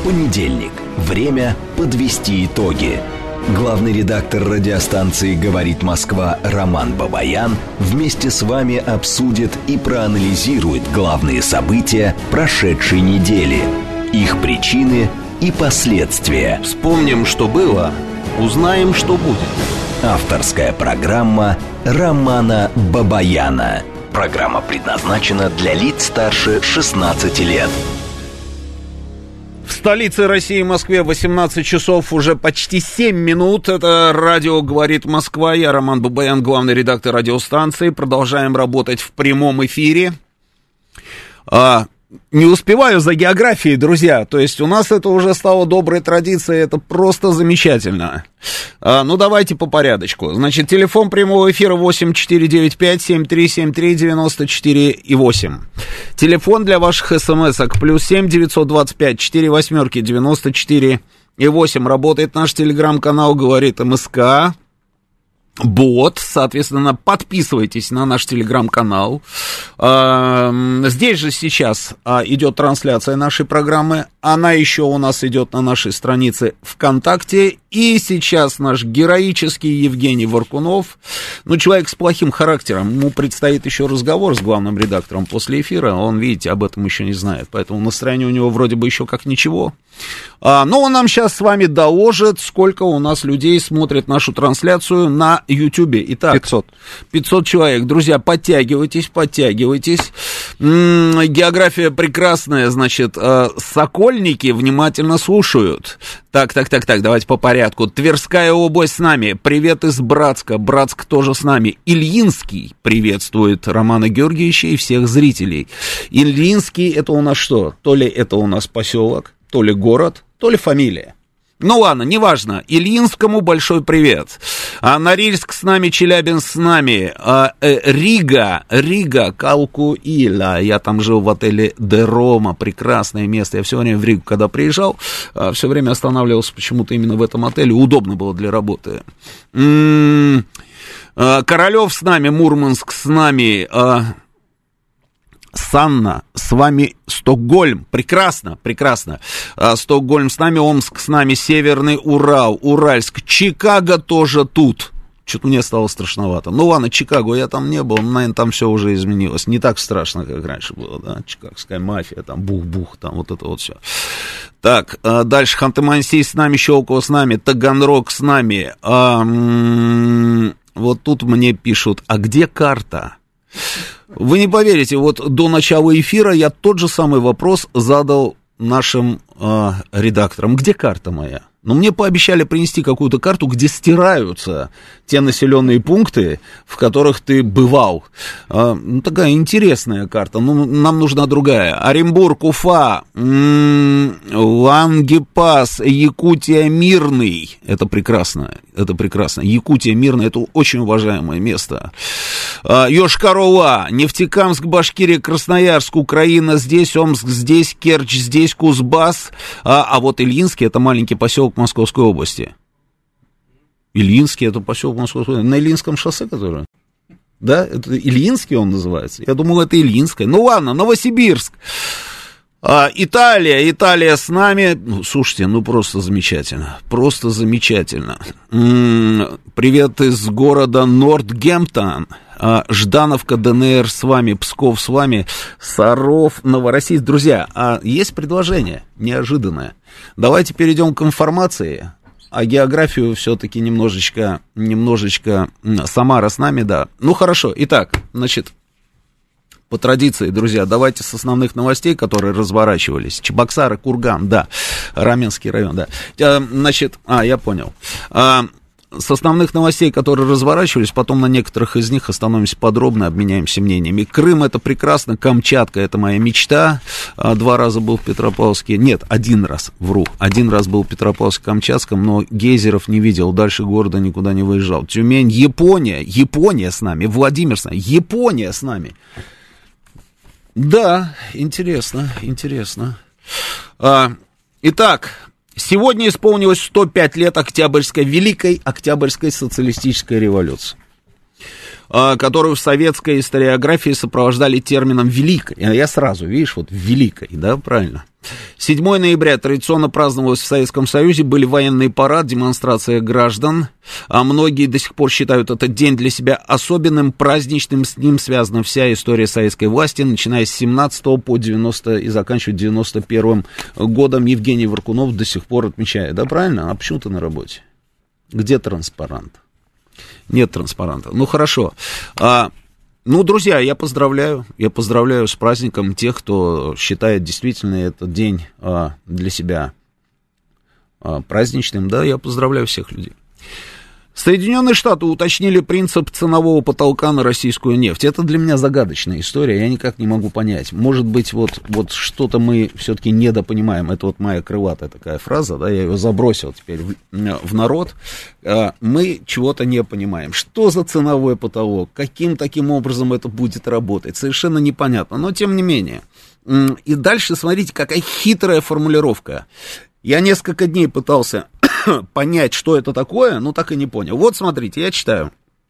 Понедельник. Время подвести итоги. Главный редактор радиостанции «Говорит Москва» Роман Бабаян вместе с вами обсудит и проанализирует главные события прошедшей недели, их причины и последствия. Вспомним, что было, узнаем, что будет. Авторская программа Романа Бабаяна. Программа предназначена для лиц старше 16 лет. В столице России, Москве, 18 часов, уже почти 7 минут. Это радио «Говорит Москва». Я Роман Бабаян, главный редактор радиостанции. Продолжаем работать в прямом эфире. Не успеваю за географией, друзья. То есть у нас это уже стало доброй традицией. Это просто замечательно. Ну, давайте по порядочку. Значит, телефон прямого эфира 8495-7373-94-8. Телефон для ваших смс-ок +7 925 4 восьмерки 94-8. Работает наш телеграм-канал «Говорит МСК». Бот, соответственно, подписывайтесь на наш телеграм-канал. Здесь же сейчас идет трансляция нашей программы. Она еще у нас идет на нашей странице ВКонтакте. И сейчас наш героический Евгений Варкунов, человек с плохим характером. Ему предстоит еще разговор с главным редактором после эфира. Он, видите, об этом еще не знает. Поэтому настроение у него вроде бы еще как ничего. Но он нам сейчас с вами доложит, сколько у нас людей смотрит нашу трансляцию на Ютубе. Итак, 500 человек. Друзья, подтягивайтесь. География прекрасная, значит, Сокольники внимательно слушают. Так, давайте по порядку. Тверская область с нами. Привет из Братска. Братск тоже с нами. Ильинский приветствует Романа Георгиевича и всех зрителей. Ильинский, это у нас что? То ли это у нас поселок, то ли город, то ли фамилия. Ну ладно, неважно. Ильинскому большой привет. Норильск с нами, Челябинск с нами. Рига, Калкуила. Я там жил в отеле Де Рома. Прекрасное место. Я все время в Ригу, когда приезжал, все время останавливался почему-то именно в этом отеле. Удобно было для работы. Королев с нами, Мурманск с нами. Санна, с вами Стокгольм, прекрасно, Стокгольм с нами, Омск с нами, Северный Урал, Уральск, Чикаго тоже тут. Что-то мне стало страшновато. Ну ладно, Чикаго я там не был, наверное, там все уже изменилось. Не так страшно, как раньше было, да, чикагская мафия, там бух-бух, там вот это вот все. Так, дальше Ханты-Мансийск с нами, Щелково с нами, Таганрог с нами. Вот тут мне пишут, а где карта? Вы не поверите, вот до начала эфира я тот же самый вопрос задал нашим редакторам. Где карта моя? Но мне пообещали принести какую-то карту, где стираются те населенные пункты, в которых ты бывал. Такая интересная карта, нам нужна другая. Оренбург, Уфа, Лангепас, Якутия, Мирный. Это прекрасно. Якутия, Мирный, это очень уважаемое место. Йошкар-Ола, Нефтекамск, Башкирия, Красноярск, Украина, здесь Омск, здесь Керчь, здесь Кузбасс. А вот Ильинский, это маленький поселок Московской области. Ильинский, это поселок Московской области. На Ильинском шоссе, который? Да, это Ильинский он называется. Я думал, это Ильинское. Ну ладно, Новосибирск. Италия с нами. Слушайте, просто замечательно. Привет из города Нортгемптон. Ждановка, ДНР с вами, Псков с вами, Саров, Новороссийск. Друзья, есть предложение неожиданное. Давайте перейдем к информации, а географию все-таки немножечко Самара с нами, да. Ну, хорошо, итак, значит, по традиции, друзья, давайте с основных новостей, которые разворачивались. Чебоксары, Курган, да, Раменский район, да. Значит, я понял. С основных новостей, которые разворачивались, потом на некоторых из них остановимся подробно, обменяемся мнениями. Крым — это прекрасно, Камчатка — это моя мечта. 2 раза был в Петропавловске, нет, 1 раз, вру. 1 раз был в Петропавловске-Камчатском, но гейзеров не видел, дальше города никуда не выезжал. Тюмень, Япония с нами, Владимир с нами, Япония с нами. Да, интересно. Итак, сегодня исполнилось 105 лет Великой Октябрьской социалистической революции. которую в советской историографии сопровождали термином «великой». Я сразу, видишь, вот «великой», да, правильно. 7 ноября традиционно праздновалось в Советском Союзе, были военный парад, демонстрация граждан, а многие до сих пор считают этот день для себя особенным, праздничным, с ним связана вся история советской власти, начиная с 17 по 90 и заканчивая 91 годом. Евгений Варкунов до сих пор отмечает, да, правильно? А почему ты на работе? Где транспарант? Нет транспаранта. Ну, хорошо. Ну, друзья, я поздравляю с праздником тех, кто считает действительно этот день для себя праздничным, да, я поздравляю всех людей. Соединенные Штаты уточнили принцип ценового потолка на российскую нефть. Это для меня загадочная история, я никак не могу понять. Может быть, вот что-то мы все-таки недопонимаем. Это вот моя крылатая такая фраза, да, я ее забросил теперь в народ. Мы чего-то не понимаем. Что за ценовой потолок? Каким таким образом это будет работать? Совершенно непонятно, но тем не менее. И дальше, смотрите, какая хитрая формулировка. Я несколько дней пытался понять, что это такое, но так и не понял. Вот, смотрите, я читаю.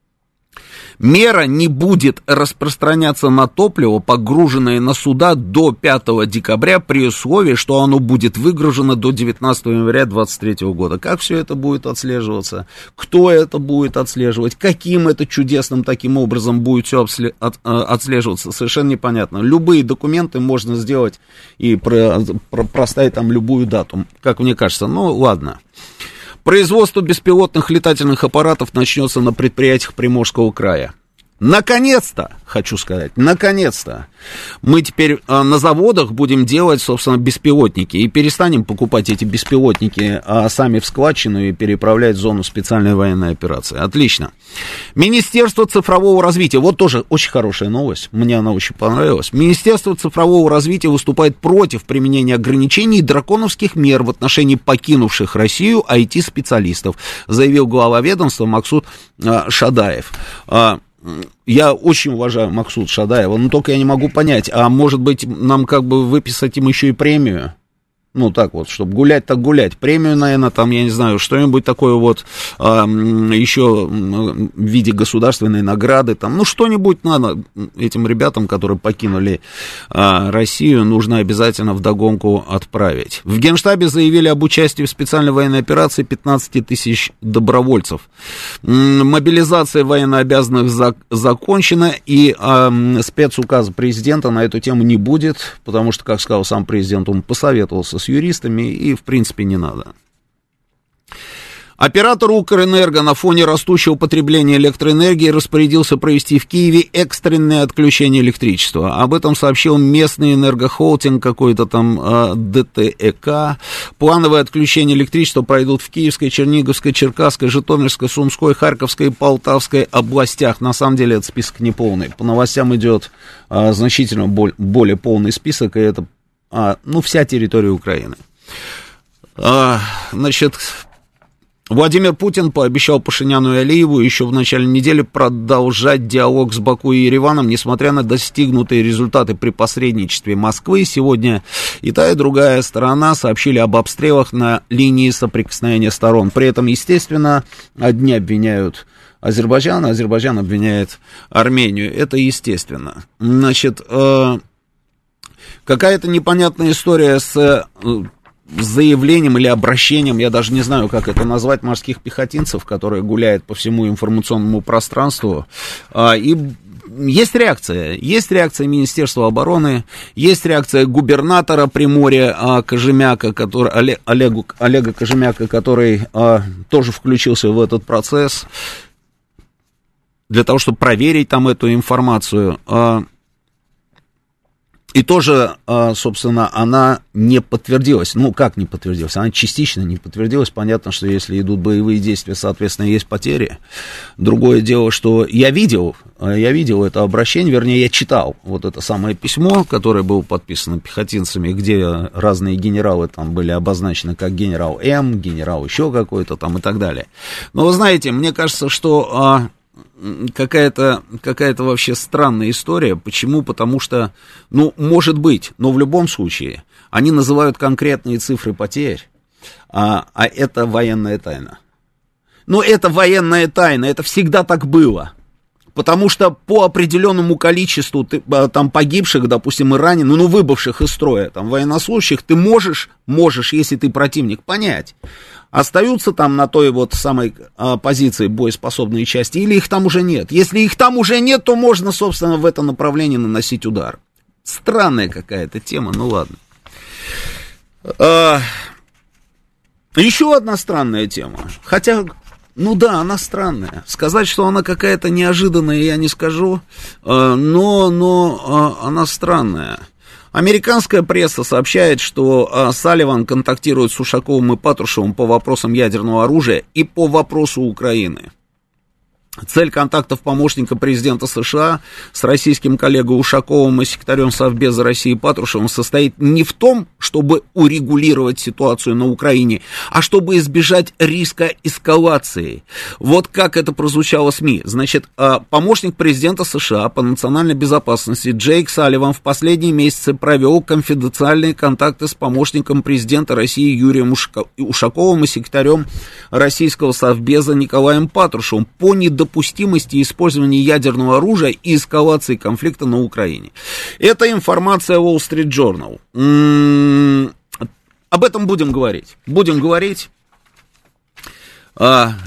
Мера не будет распространяться на топливо, погруженное на суда до 5 декабря, при условии, что оно будет выгружено до 19 января 2023 года. Как все это будет отслеживаться? Кто это будет отслеживать? Каким это чудесным таким образом будет все отслеживаться? Совершенно непонятно. Любые документы можно сделать и проставить там любую дату, как мне кажется. Ну, ладно. Производство беспилотных летательных аппаратов начнется на предприятиях Приморского края. Наконец-то, хочу сказать, наконец-то мы теперь на заводах будем делать, собственно, беспилотники и перестанем покупать эти беспилотники сами в складчину и переправлять в зону специальной военной операции. Отлично. Министерство цифрового развития, вот тоже очень хорошая новость, мне она очень понравилась. Министерство цифрового развития выступает против применения ограничений и драконовских мер в отношении покинувших Россию IT-специалистов, заявил глава ведомства Максут Шадаев. Я очень уважаю Максута Шадаева, но только я не могу понять, а может быть нам как бы выписать им еще и премию? Ну, так вот, чтобы гулять, так гулять. Премию, наверное, там, я не знаю, что-нибудь такое вот еще в виде государственной награды, там, ну, что-нибудь надо этим ребятам, которые покинули Россию, нужно обязательно вдогонку отправить. В Генштабе заявили об участии в специальной военной операции 15 тысяч добровольцев. Мобилизация военнообязанных закончена, и спецуказа президента на эту тему не будет, потому что, как сказал сам президент, он посоветовался с юристами, и, в принципе, не надо. Оператор Укрэнерго на фоне растущего потребления электроэнергии распорядился провести в Киеве экстренное отключение электричества. Об этом сообщил местный энергохолдинг, какой-то там ДТЭК. Плановые отключения электричества пройдут в Киевской, Черниговской, Черкасской, Житомирской, Сумской, Харьковской и Полтавской областях. На самом деле этот список не полный. По новостям идет значительно более полный список, и это вся территория Украины. Значит, Владимир Путин пообещал Пашиняну и Алиеву еще в начале недели продолжать диалог с Баку и Ереваном, несмотря на достигнутые результаты при посредничестве Москвы. Сегодня и та, и другая сторона сообщили об обстрелах на линии соприкосновения сторон. При этом, естественно, одни обвиняют Азербайджан, а Азербайджан обвиняет Армению. Это естественно. Значит, какая-то непонятная история с заявлением или обращением, я даже не знаю, как это назвать, морских пехотинцев, которые гуляют по всему информационному пространству. И есть реакция Министерства обороны, есть реакция губернатора Приморья Кожемяка, Олега Кожемяка, который тоже включился в этот процесс для того, чтобы проверить там эту информацию. И тоже, собственно, она не подтвердилась. Ну, как не подтвердилась? Она частично не подтвердилась. Понятно, что если идут боевые действия, соответственно, есть потери. Другое дело, что я видел это обращение, вернее, я читал вот это самое письмо, которое было подписано пехотинцами, где разные генералы там были обозначены как генерал М, генерал еще какой-то там и так далее. Но вы знаете, мне кажется, что какая-то вообще странная история. Почему? Потому что, может быть, но в любом случае, они называют конкретные цифры потерь, а это военная тайна. Но это военная тайна, это всегда так было. Потому что по определенному количеству там погибших, допустим, и раненых, ну, выбывших из строя, там, военнослужащих, ты можешь, если ты противник, понять, остаются там на той вот самой позиции боеспособные части, или их там уже нет. Если их там уже нет, то можно, собственно, в это направление наносить удар. Странная какая-то тема, ну ладно. Еще одна странная тема, хотя... Ну да, она странная. Сказать, что она какая-то неожиданная, я не скажу, но она странная. Американская пресса сообщает, что Салливан контактирует с Ушаковым и Патрушевым по вопросам ядерного оружия и по вопросу Украины. Цель контактов помощника президента США с российским коллегой Ушаковым и секретарем Совбеза России Патрушевым состоит не в том, чтобы урегулировать ситуацию на Украине, а чтобы избежать риска эскалации. Вот как это прозвучало в СМИ. Значит, помощник президента США по национальной безопасности Джейк Салливан в последние месяцы провел конфиденциальные контакты с помощником президента России Юрием Ушаковым и секретарем российского Совбеза Николаем Патрушевым по недопустимости использования ядерного оружия и эскалации конфликта на Украине. Это информация Wall Street Journal. Об этом будем говорить. Будем говорить. В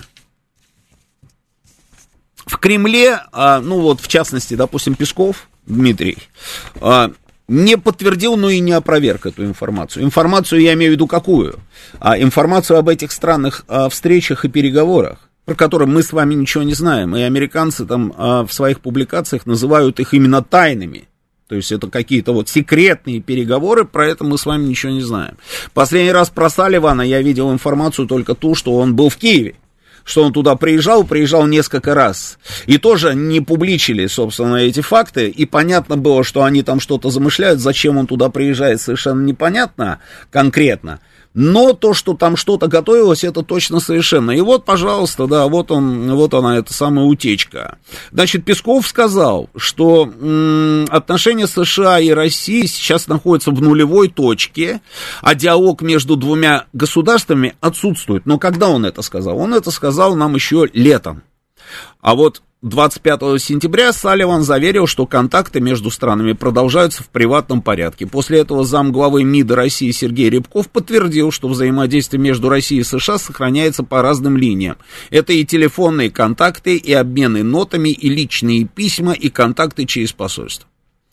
Кремле, ну вот в частности, допустим, Песков Дмитрий, не подтвердил, но и не опроверг эту информацию. Информацию я имею в виду какую? Информацию об этих странных встречах и переговорах, про которые мы с вами ничего не знаем. И американцы там в своих публикациях называют их именно тайными. То есть это какие-то вот секретные переговоры, про это мы с вами ничего не знаем. Последний раз про Салливана я видел информацию только ту, что он был в Киеве. Что он туда приезжал несколько раз. И тоже не публичили, собственно, эти факты. И понятно было, что они там что-то замышляют. Зачем он туда приезжает, совершенно непонятно конкретно. Но то, что там что-то готовилось, это точно совершенно. И вот, пожалуйста, да, вот она, эта самая утечка. Значит, Песков сказал, что отношения США и России сейчас находятся в нулевой точке, а диалог между двумя государствами отсутствует. Но когда он это сказал? Он это сказал нам еще летом. А вот 25 сентября Салливан заверил, что контакты между странами продолжаются в приватном порядке. После этого замглавы МИДа России Сергей Рябков подтвердил, что взаимодействие между Россией и США сохраняется по разным линиям. Это и телефонные контакты, и обмены нотами, и личные письма, и контакты через посольство.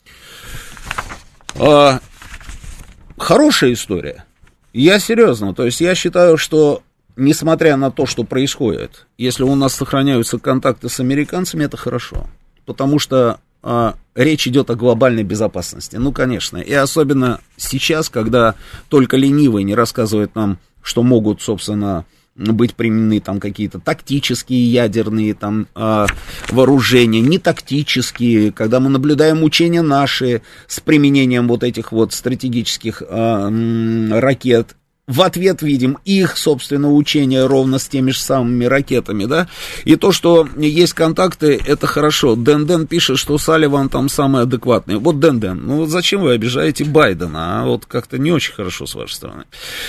Хорошая история. Я серьезно, то есть я считаю, что несмотря на то, что происходит, если у нас сохраняются контакты с американцами, это хорошо. Потому что речь идет о глобальной безопасности. Ну, конечно. И особенно сейчас, когда только ленивый не рассказывает нам, что могут, собственно, быть применены там какие-то тактические ядерные там вооружения, не тактические, когда мы наблюдаем учения наши с применением вот этих вот стратегических ракет. В ответ видим их, собственно, учения ровно с теми же самыми ракетами, да, и то, что есть контакты, это хорошо. Дэн пишет, что Салливан там самый адекватный. Вот Дэн, ну вот зачем вы обижаете Байдена, а вот как-то не очень хорошо с вашей стороны.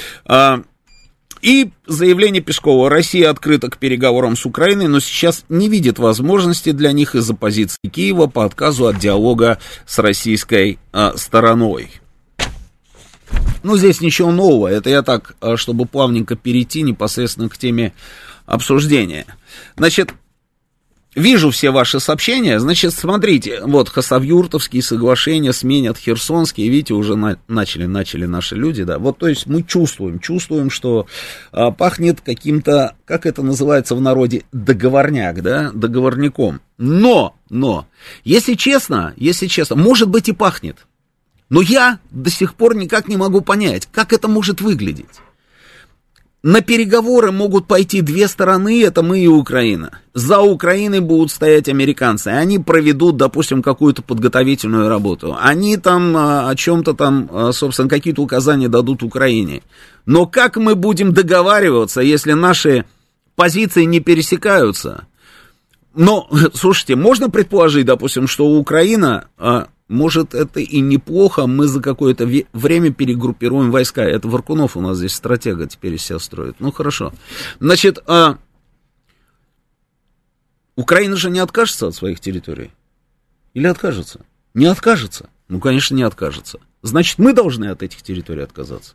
И заявление Пескова: Россия открыта к переговорам с Украиной, но сейчас не видит возможности для них из-за позиции Киева по отказу от диалога с российской стороной. Ну, здесь ничего нового, это я так, чтобы плавненько перейти непосредственно к теме обсуждения. Значит, вижу все ваши сообщения, значит, смотрите, вот хасавюртовские соглашения сменят херсонские, видите, уже начали наши люди, да, вот, то есть мы чувствуем, что пахнет каким-то, как это называется в народе, договорняк, да, договорняком, но, если честно, может быть и пахнет. Но я до сих пор никак не могу понять, как это может выглядеть. На переговоры могут пойти две стороны, это мы и Украина. За Украиной будут стоять американцы, они проведут, допустим, какую-то подготовительную работу. Они там о чем-то там, собственно, какие-то указания дадут Украине. Но как мы будем договариваться, если наши позиции не пересекаются? Но, слушайте, можно предположить, допустим, что Украина... Может, это и неплохо, мы за какое-то время перегруппируем войска. Это Варкунов у нас здесь стратега теперь из себя строит. Ну, хорошо. Значит, Украина же не откажется от своих территорий. Или откажется? Не откажется. Ну, конечно, не откажется. Значит, мы должны от этих территорий отказаться.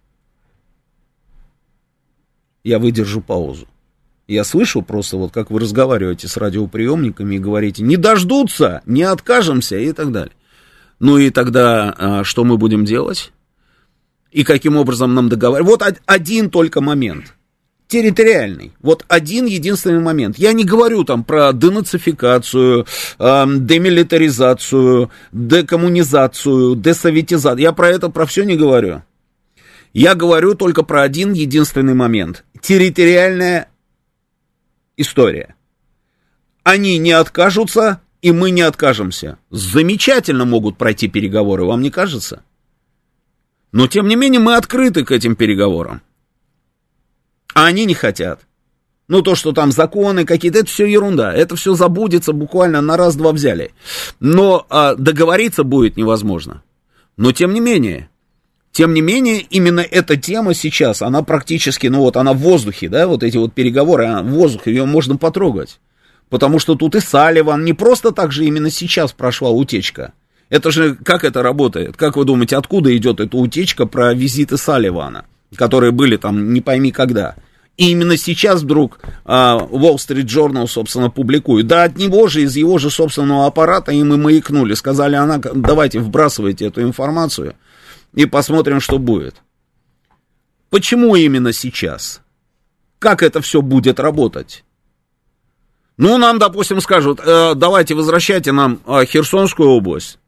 Я выдержу паузу. Я слышу просто, вот как вы разговариваете с радиоприемниками и говорите, не дождутся, не откажемся и так далее. Ну и тогда что мы будем делать? И каким образом нам договариваться? Вот один только момент. Территориальный. Вот один единственный момент. Я не говорю там про денацификацию, демилитаризацию, декоммунизацию, десоветизацию. Я про это, про все не говорю. Я говорю только про один единственный момент. Территориальная история. Они не откажутся, и мы не откажемся. Замечательно могут пройти переговоры, вам не кажется? Но, тем не менее, мы открыты к этим переговорам. А они не хотят. Ну, то, что там законы какие-то, это все ерунда. Это все забудется буквально на раз-два взяли. Но договориться будет невозможно. Но, тем не менее, именно эта тема сейчас, она практически, ну вот, она в воздухе, да, вот эти вот переговоры, в воздухе, ее можно потрогать. Потому что тут и Салливан, не просто так же именно сейчас прошла утечка. Это же, как это работает? Как вы думаете, откуда идет эта утечка про визиты Салливана, которые были там не пойми когда? И именно сейчас вдруг Wall Street Journal, собственно, публикует. Да от него же, из его же собственного аппарата им и маякнули. Сказали, давайте вбрасывайте эту информацию и посмотрим, что будет. Почему именно сейчас? Как это все будет работать? Ну, нам, допустим, скажут, давайте возвращайте нам Херсонскую область,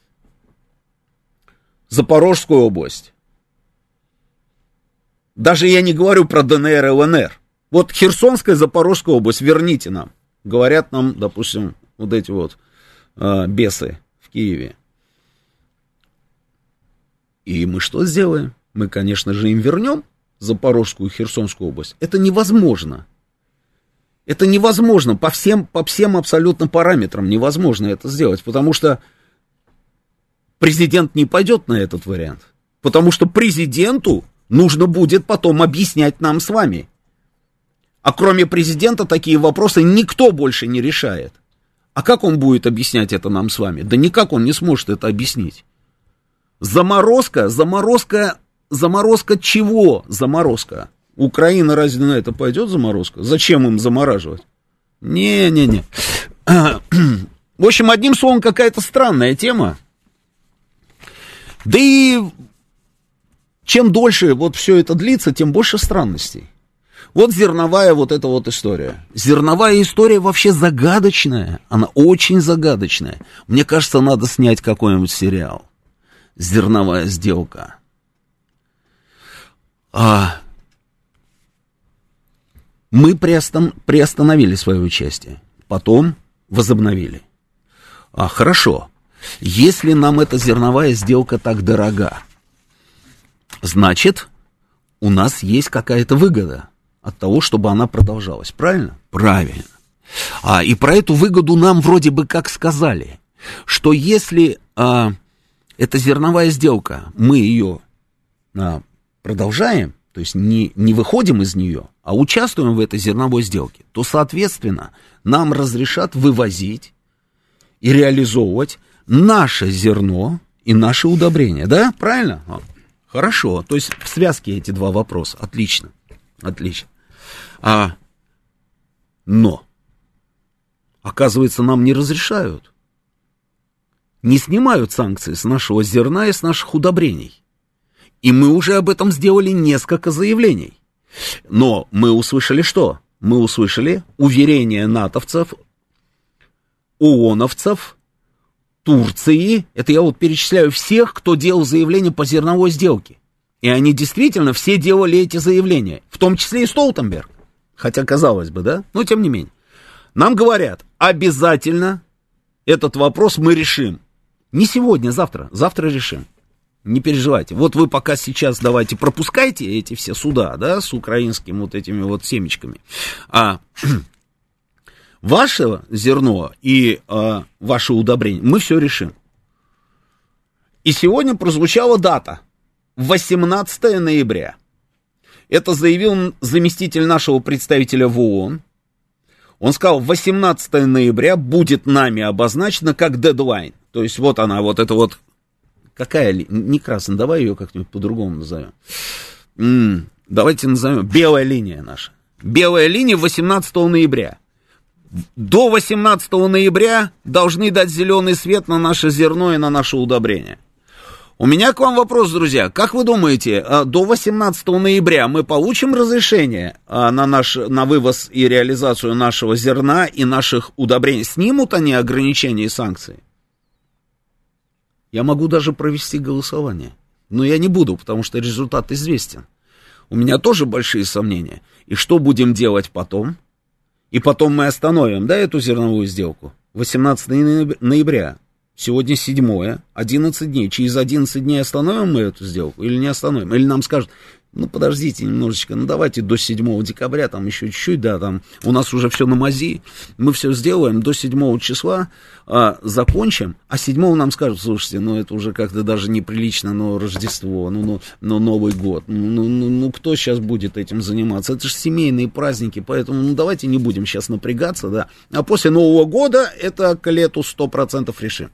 Запорожскую область. Даже я не говорю про ДНР и ЛНР. Вот Херсонская, Запорожская область, верните нам. Говорят нам, допустим, вот эти вот бесы в Киеве. И мы что сделаем? Мы, конечно же, им вернем Запорожскую и Херсонскую область. Это невозможно. Это невозможно. По всем абсолютно параметрам невозможно это сделать. Потому что президент не пойдет на этот вариант. Потому что президенту нужно будет потом объяснять нам с вами. А кроме президента такие вопросы никто больше не решает. А как он будет объяснять это нам с вами? Да никак он не сможет это объяснить. Заморозка чего? Заморозка. Украина разве на это пойдет, заморозка? Зачем им замораживать? Не-не-не. В общем, одним словом, какая-то странная тема. Да и чем дольше вот все это длится, тем больше странностей. Вот зерновая вот эта вот история. Зерновая история вообще загадочная. Она очень загадочная. Мне кажется, надо снять какой-нибудь сериал. Зерновая сделка. Мы приостановили свое участие. Потом возобновили. Хорошо. Если нам эта зерновая сделка так дорога, значит, у нас есть какая-то выгода от того, чтобы она продолжалась. Правильно? Правильно. И про эту выгоду нам вроде бы как сказали, что если эта зерновая сделка, мы ее продолжаем, то есть не выходим из нее, а участвуем в этой зерновой сделке, то, соответственно, нам разрешат вывозить и реализовывать наше зерно и наши удобрения. Да? Правильно? Хорошо. То есть в связке эти два вопроса. Отлично. Отлично. Но, оказывается, нам не разрешают. Не снимают санкции с нашего зерна и с наших удобрений. И мы уже об этом сделали несколько заявлений. Но мы услышали что? Мы услышали уверения натовцев, ООНовцев, Турции. Это я вот перечисляю всех, кто делал заявления по зерновой сделке. И они действительно все делали эти заявления. В том числе и Столтенберг. Хотя, казалось бы, да? Но тем не менее. Нам говорят, обязательно этот вопрос мы решим. Не сегодня, завтра. Завтра решим. Не переживайте. Вот вы пока сейчас давайте пропускайте эти все суда, да, с украинскими вот этими вот семечками. Ваше зерно и ваше удобрение мы все решим. И сегодня прозвучала дата. 18 ноября. Это заявил заместитель нашего представителя в ООН. Он сказал, 18 ноября будет нами обозначено как дедлайн. То есть вот она, вот это вот, какая, не красная, давай ее как-нибудь по-другому назовем. Давайте назовем, белая линия наша. Белая линия 18 ноября. До 18 ноября должны дать зеленый свет на наше зерно и на наше удобрение. У меня к вам вопрос, друзья. Как вы думаете, до 18 ноября мы получим разрешение на вывоз и реализацию нашего зерна и наших удобрений? Снимут они ограничения и санкции? Я могу даже провести голосование. Но я не буду, потому что результат известен. У меня тоже большие сомнения. И что будем делать потом? И потом мы остановим, да, эту зерновую сделку? 18 ноября. Сегодня 7, 11 дней. Через 11 дней остановим мы эту сделку или не остановим? Или нам скажут, ну, подождите немножечко, ну, давайте до 7 декабря, там еще чуть-чуть, да, там у нас уже все на мази, мы все сделаем, до 7 числа закончим, а 7 нам скажут, слушайте, ну, это уже как-то даже неприлично, но Рождество, ну Новый год, ну, кто сейчас будет этим заниматься? Это же семейные праздники, поэтому, ну, давайте не будем сейчас напрягаться, да, а после Нового года это к лету 100% решим.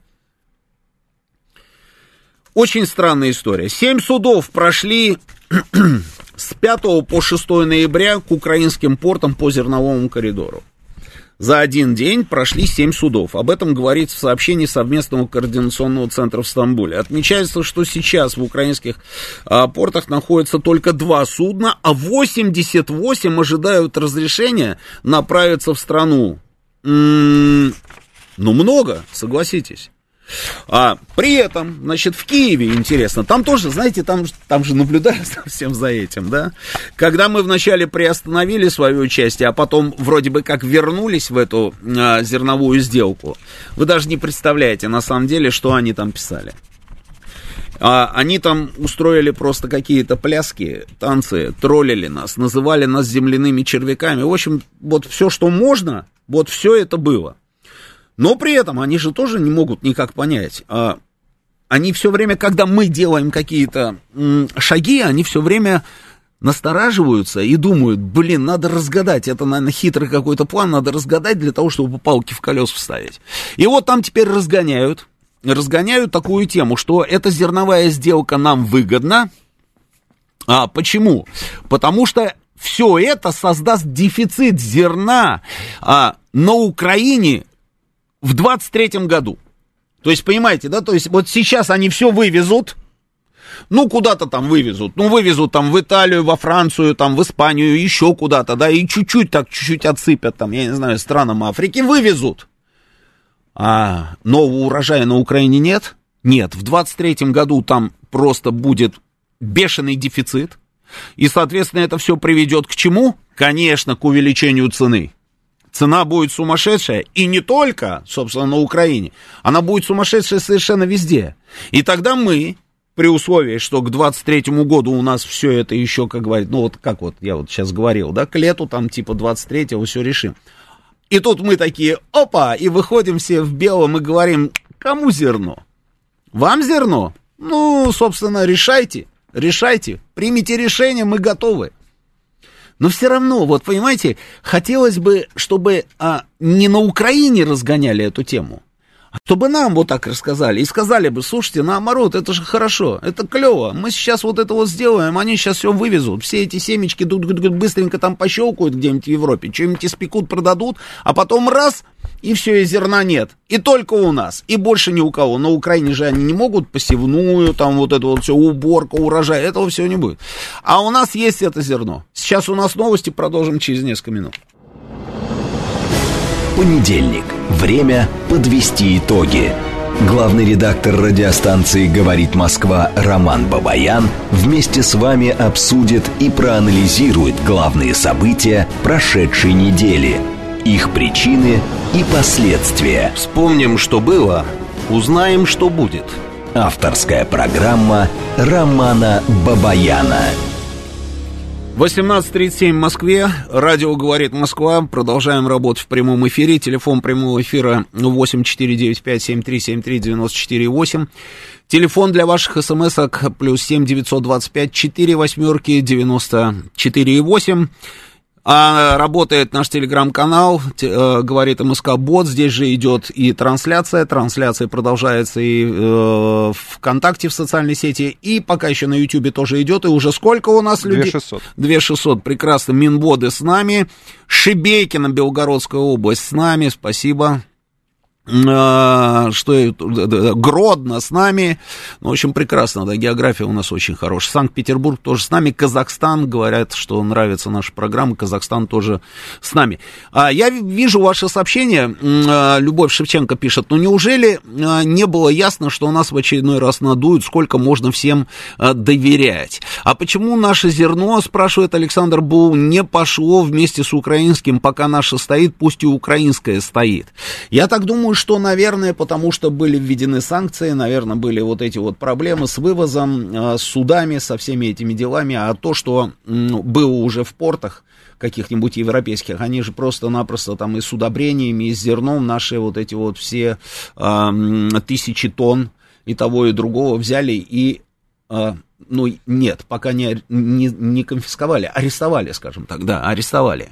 Очень странная история. 7 судов прошли с 5 по 6 ноября к украинским портам по зерновому коридору. За один день прошли 7 судов. Об этом говорится в сообщении Совместного координационного центра в Стамбуле. Отмечается, что сейчас в украинских портах находятся только 2 судна, а 88 ожидают разрешения направиться в страну. Ну, много, согласитесь. При этом, значит, в Киеве, интересно, там тоже, знаете, там же наблюдают совсем за этим, да? Когда мы вначале приостановили свое участие, а потом вроде бы как вернулись в эту зерновую сделку, вы даже не представляете, на самом деле, что они там писали. Они там устроили просто какие-то пляски, танцы, троллили нас, называли нас земляными червяками. В общем, вот все, что можно, вот все это было. Но при этом они же тоже не могут никак понять. Они все время, когда мы делаем какие-то шаги, они все время настораживаются и думают, блин, надо разгадать. Это, наверное, хитрый какой-то план, надо разгадать для того, чтобы палки в колеса вставить. И вот там теперь разгоняют такую тему, что эта зерновая сделка нам выгодна. Почему? Потому что все это создаст дефицит зерна на Украине в 23-м году. То есть, понимаете, да, то есть вот сейчас они все вывезут, ну, куда-то там вывезут, ну, вывезут там в Италию, во Францию, там, в Испанию, еще куда-то, да, и чуть-чуть отсыпят там, я не знаю, странам Африки, вывезут. А нового урожая на Украине нет? Нет, в 23-м году там просто будет бешеный дефицит, и, соответственно, это все приведет к чему? Конечно, к увеличению цены. Цена будет сумасшедшая, и не только, собственно, на Украине, она будет сумасшедшая совершенно везде. И тогда мы, при условии, что к 23-му году у нас все это еще, как говорит, ну вот как вот я вот сейчас говорил, да, к лету там типа 23-го все решим. И тут мы такие, опа, и выходим все в белом и говорим, кому зерно? Вам зерно? Ну, собственно, решайте, примите решение, мы готовы. Но все равно, вот понимаете, хотелось бы, чтобы не на Украине разгоняли эту тему, а чтобы нам вот так рассказали. И сказали бы, слушайте, наоборот, это же хорошо, это клево, мы сейчас вот это вот сделаем, они сейчас все вывезут, все эти семечки быстренько там пощелкают где-нибудь в Европе, что-нибудь испекут, продадут, а потом раз, и все, и зерна нет. И только у нас, и больше ни у кого. На Украине же они не могут посевную, там вот это вот все, уборка, урожай, этого всего не будет. А у нас есть это зерно. Сейчас у нас новости, продолжим через несколько минут. Понедельник. Время подвести итоги. Главный редактор радиостанции «Говорит Москва» Роман Бабаян вместе с вами обсудит и проанализирует главные события прошедшей недели, их причины и последствия. Вспомним, что было, узнаем, что будет. Авторская программа Романа Бабаяна. 18:37 в Москве. Радио «Говорит Москва». Продолжаем работу в прямом эфире. Телефон прямого эфира 8-495-7373-94-8. Телефон для ваших смс-ок +7 925 4 8 94 8. Работает наш телеграм-канал, говорит МСК-бот, здесь же идет и трансляция продолжается и в ВКонтакте, в социальной сети, и пока еще на Ютьюбе тоже идет, и уже сколько у нас людей? 2600, прекрасно, Минводы с нами, Шебекино, Белгородская область с нами, спасибо. Гродно с нами, в общем, прекрасно, да, география у нас очень хорошая. Санкт-Петербург тоже с нами, Казахстан, говорят, что нравится наша программа, Казахстан тоже с нами. Я вижу ваше сообщение, Любовь Шевченко пишет, неужели не было ясно, что нас в очередной раз надуют, сколько можно всем доверять? А почему наше зерно, спрашивает Александр Бу, не пошло вместе с украинским, пока наше стоит, пусть и украинское стоит? Я так думаю, что, наверное, потому что были введены санкции, наверное, были вот эти вот проблемы с вывозом, с судами, со всеми этими делами, а то, что было уже в портах каких-нибудь европейских, они же просто-напросто там и с удобрениями, и с зерном наши вот эти вот все 1000 тонн и того, и другого взяли и, нет, пока не конфисковали, арестовали, скажем так, да, арестовали.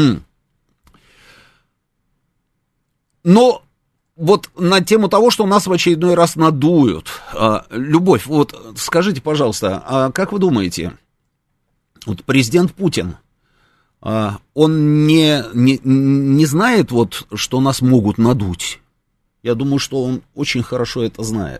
Но вот на тему того, что нас в очередной раз надуют. Любовь, вот скажите, пожалуйста, а как вы думаете, вот президент Путин, он не знает, вот, что нас могут надуть? Я думаю, что он очень хорошо это знает.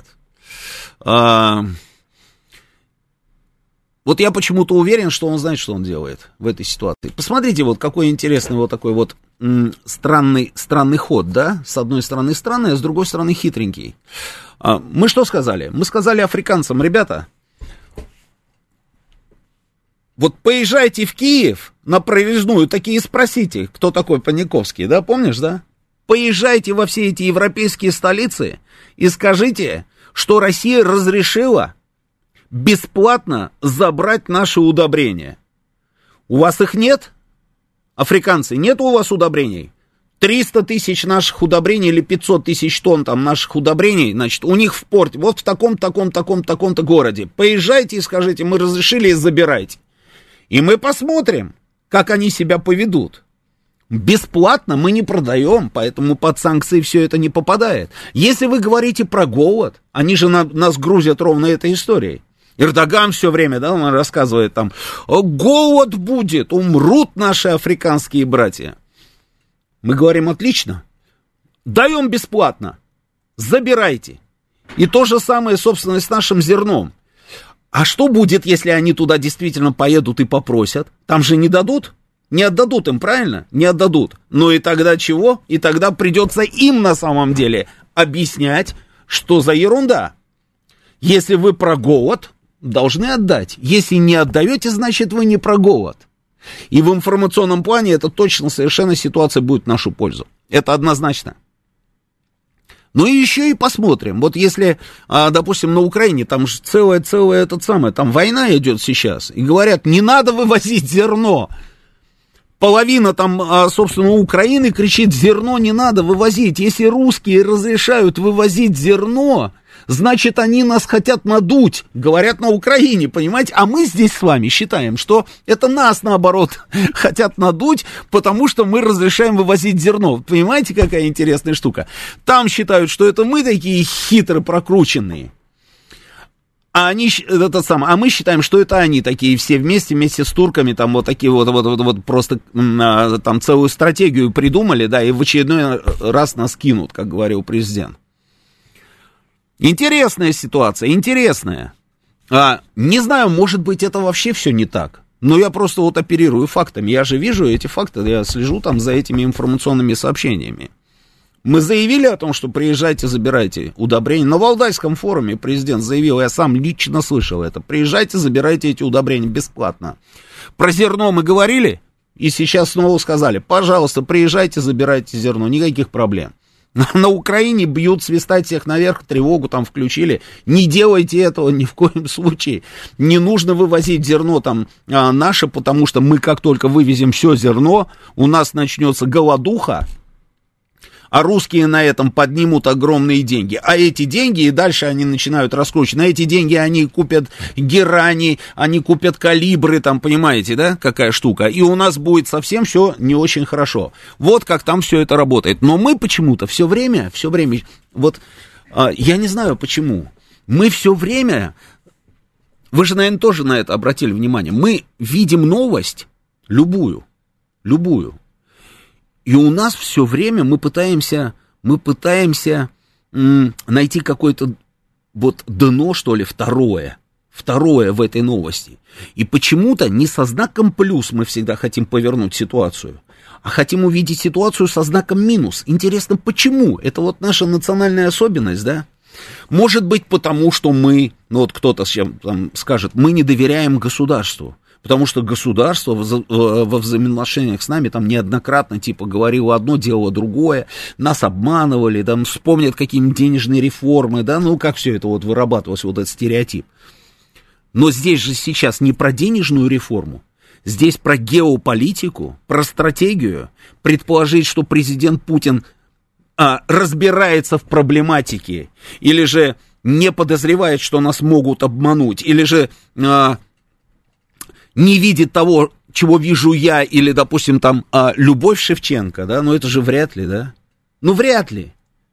Вот я почему-то уверен, что он знает, что он делает в этой ситуации. Посмотрите, вот какой интересный вот такой вот странный ход, да? С одной стороны странный, а с другой стороны хитренький. Мы что сказали? Мы сказали африканцам, ребята, вот поезжайте в Киев на проездную, такие спросите, кто такой Паниковский, да, помнишь, да? Поезжайте во все эти европейские столицы и скажите, что Россия разрешила бесплатно забрать наши удобрения. У вас их нет? Африканцы, нет у вас удобрений? 300 тысяч наших удобрений или 500 тысяч тонн там наших удобрений, значит, у них в порте, вот в таком-то городе. Поезжайте и скажите, мы разрешили и забирайте. И мы посмотрим, как они себя поведут. Бесплатно мы не продаем, поэтому под санкции все это не попадает. Если вы говорите про голод, они же нас грузят ровно этой историей. Эрдоган все время, да, он рассказывает там, голод будет, умрут наши африканские братья. Мы говорим, отлично, даем бесплатно, забирайте. И то же самое, собственно, с нашим зерном. А что будет, если они туда действительно поедут и попросят? Там же не дадут? Не отдадут им, правильно? Не отдадут. Ну и тогда чего? И тогда придется им на самом деле объяснять, что за ерунда. Если вы про голод, должны отдать. Если не отдаете, значит вы не про голод. И в информационном плане это точно совершенно ситуация будет в нашу пользу. Это однозначно. Ну и еще и посмотрим. Вот если, допустим, на Украине, там же целое там война идет сейчас, и говорят, не надо вывозить зерно. Половина там, собственно, Украины кричит, зерно не надо вывозить. Если русские разрешают вывозить зерно, значит, они нас хотят надуть, говорят на Украине, понимаете? А мы здесь с вами считаем, что это нас, наоборот, хотят надуть, потому что мы разрешаем вывозить зерно. Понимаете, какая интересная штука? Там считают, что это мы такие хитро прокрученные. А мы считаем, что это они такие все вместе с турками, там вот такие вот просто там целую стратегию придумали, да, и в очередной раз нас кинут, как говорил президент. Интересная ситуация, интересная. Не знаю, может быть, это вообще все не так, но я просто вот оперирую фактами. Я же вижу эти факты, я слежу там за этими информационными сообщениями. Мы заявили о том, что приезжайте, забирайте удобрения. На Валдайском форуме президент заявил, я сам лично слышал это. Приезжайте, забирайте эти удобрения бесплатно. Про зерно мы говорили, и сейчас снова сказали, пожалуйста, приезжайте, забирайте зерно, никаких проблем. На Украине бьют, свистать всех наверх, тревогу там включили. Не делайте этого ни в коем случае. Не нужно вывозить зерно там наше, потому что мы как только вывезем все зерно, у нас начнется голодуха. а русские на этом поднимут огромные деньги. А эти деньги, и дальше они начинают раскручивать. На эти деньги они купят герани, они купят калибры, там, понимаете, да, какая штука. И у нас будет совсем все не очень хорошо. Вот как там все это работает. Но мы почему-то все время, вот, я не знаю почему, мы все время, вы же, наверное, тоже на это обратили внимание, мы видим новость, любую, и у нас все время мы пытаемся найти какое-то вот дно, что ли, второе в этой новости. И почему-то не со знаком плюс мы всегда хотим повернуть ситуацию, а хотим увидеть ситуацию со знаком минус. Интересно, почему? Это вот наша национальная особенность, да? Может быть, потому что мы, ну вот кто-то там скажет, мы не доверяем государству. Потому что государство во взаимоотношениях с нами там неоднократно типа говорило одно, делало другое, нас обманывали, там вспомнят какие-нибудь денежные реформы, да, ну как все это вот вырабатывалось, вот этот стереотип. Но здесь же сейчас не про денежную реформу, здесь про геополитику, про стратегию, предположить, что президент Путин разбирается в проблематике, или же не подозревает, что нас могут обмануть, или же не видит того, чего вижу я, или, допустим, там, Любовь Шевченко, да, ну это же вряд ли, да, ну вряд ли.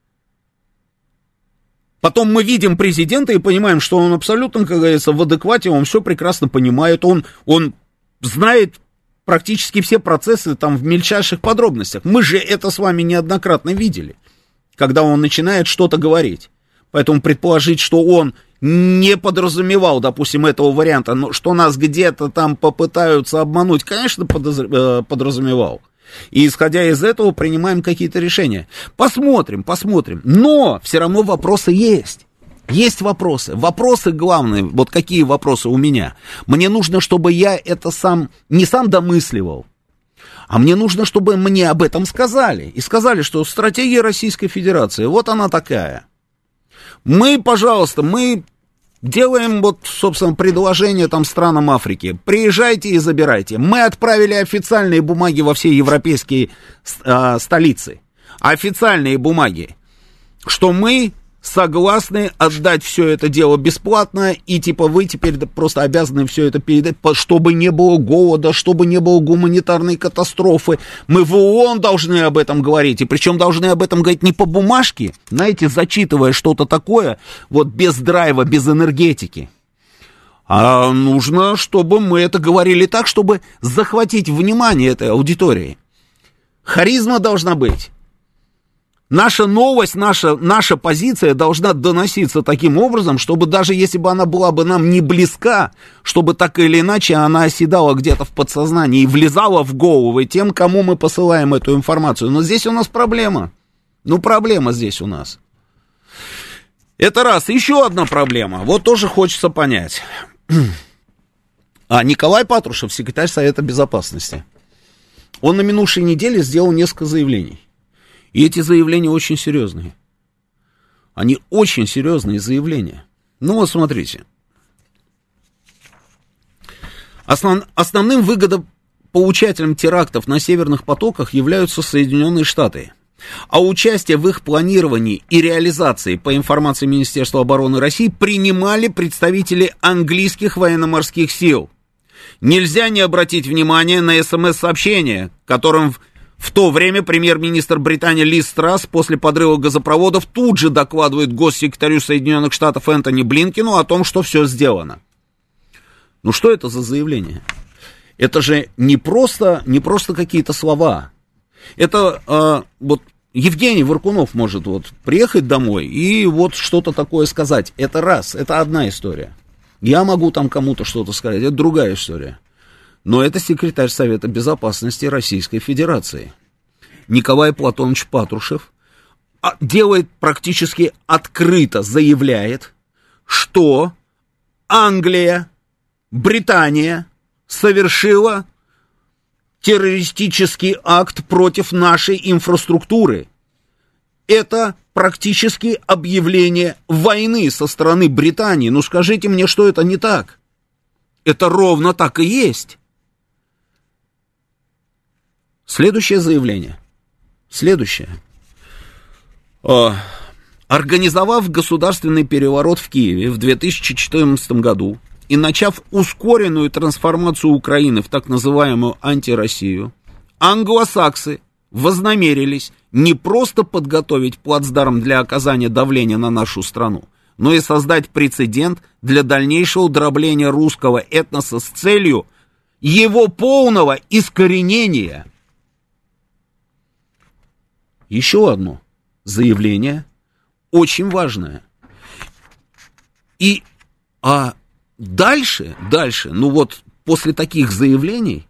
Потом мы видим президента и понимаем, что он абсолютно, как говорится, в адеквате, он все прекрасно понимает, он знает практически все процессы там в мельчайших подробностях. Мы же это с вами неоднократно видели, когда он начинает что-то говорить. Поэтому предположить, что он не подразумевал, допустим, этого варианта, но что нас где-то там попытаются обмануть, конечно, подразумевал. И исходя из этого принимаем какие-то решения. Посмотрим. Но все равно вопросы есть. Есть вопросы. Вопросы главные. Вот какие вопросы у меня. Мне нужно, чтобы я это не сам домысливал, а мне нужно, чтобы мне об этом сказали. И сказали, что стратегия Российской Федерации, вот она такая. Мы, пожалуйста, мы делаем вот, собственно, предложение там странам Африки. Приезжайте и забирайте. Мы отправили официальные бумаги во все европейские столицы. Официальные бумаги, что мы согласны отдать все это дело бесплатно, и типа вы теперь просто обязаны все это передать, чтобы не было голода, чтобы не было гуманитарной катастрофы. Мы в ООН должны об этом говорить, и причем должны об этом говорить не по бумажке, знаете, зачитывая что-то такое, вот без драйва, без энергетики. А нужно, чтобы мы это говорили так, чтобы захватить внимание этой аудитории. Харизма должна быть. Наша новость, наша позиция должна доноситься таким образом, чтобы даже если бы она была бы нам не близка, чтобы так или иначе она оседала где-то в подсознании и влезала в головы тем, кому мы посылаем эту информацию. Но здесь у нас проблема. Ну, проблема здесь у нас. Это раз. Еще одна проблема. Вот тоже хочется понять. Николай Патрушев, секретарь Совета Безопасности. Он на минувшей неделе сделал несколько заявлений. И эти заявления очень серьезные. Они очень серьезные заявления. Ну вот смотрите. Основным выгодополучателем терактов на северных потоках являются Соединенные Штаты. А участие в их планировании и реализации, по информации Министерства обороны России, принимали представители английских военно-морских сил. Нельзя не обратить внимание на СМС-сообщение, которым в то время премьер-министр Британии Лиз Трасс после подрыва газопроводов тут же докладывает госсекретарю Соединенных Штатов Энтони Блинкену о том, что все сделано. Ну что это за заявление? Это же не просто какие-то слова. Это вот Евгений Варкунов может вот приехать домой и вот что-то такое сказать. Это раз, это одна история. Я могу там кому-то что-то сказать, это другая история. Но это секретарь Совета Безопасности Российской Федерации. Николай Платонович Патрушев делает практически открыто, заявляет, что Англия, Британия совершила террористический акт против нашей инфраструктуры. Это практически объявление войны со стороны Британии. Ну скажите мне, что это не так? Это ровно так и есть. Следующее заявление. Следующее. Организовав государственный переворот в Киеве в 2014 году и начав ускоренную трансформацию Украины в так называемую антироссию, англосаксы вознамерились не просто подготовить плацдарм для оказания давления на нашу страну, но и создать прецедент для дальнейшего дробления русского этноса с целью его полного искоренения. Еще одно заявление, очень важное. И дальше, ну вот после таких заявлений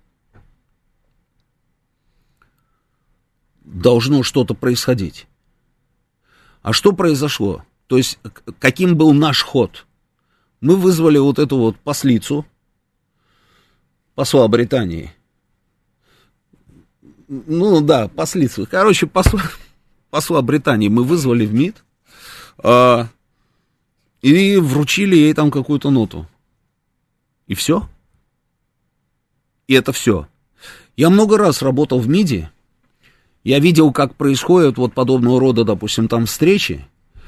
должно что-то происходить. А что произошло? То есть, каким был наш ход? Мы вызвали вот эту вот послицу, посла Британии. Ну да, послицу. Короче, посла Британии мы вызвали в МИД и вручили ей там какую-то ноту. И все. И это все. Я много раз работал в МИДе. Я видел, как происходят вот подобного рода, допустим, там встречи.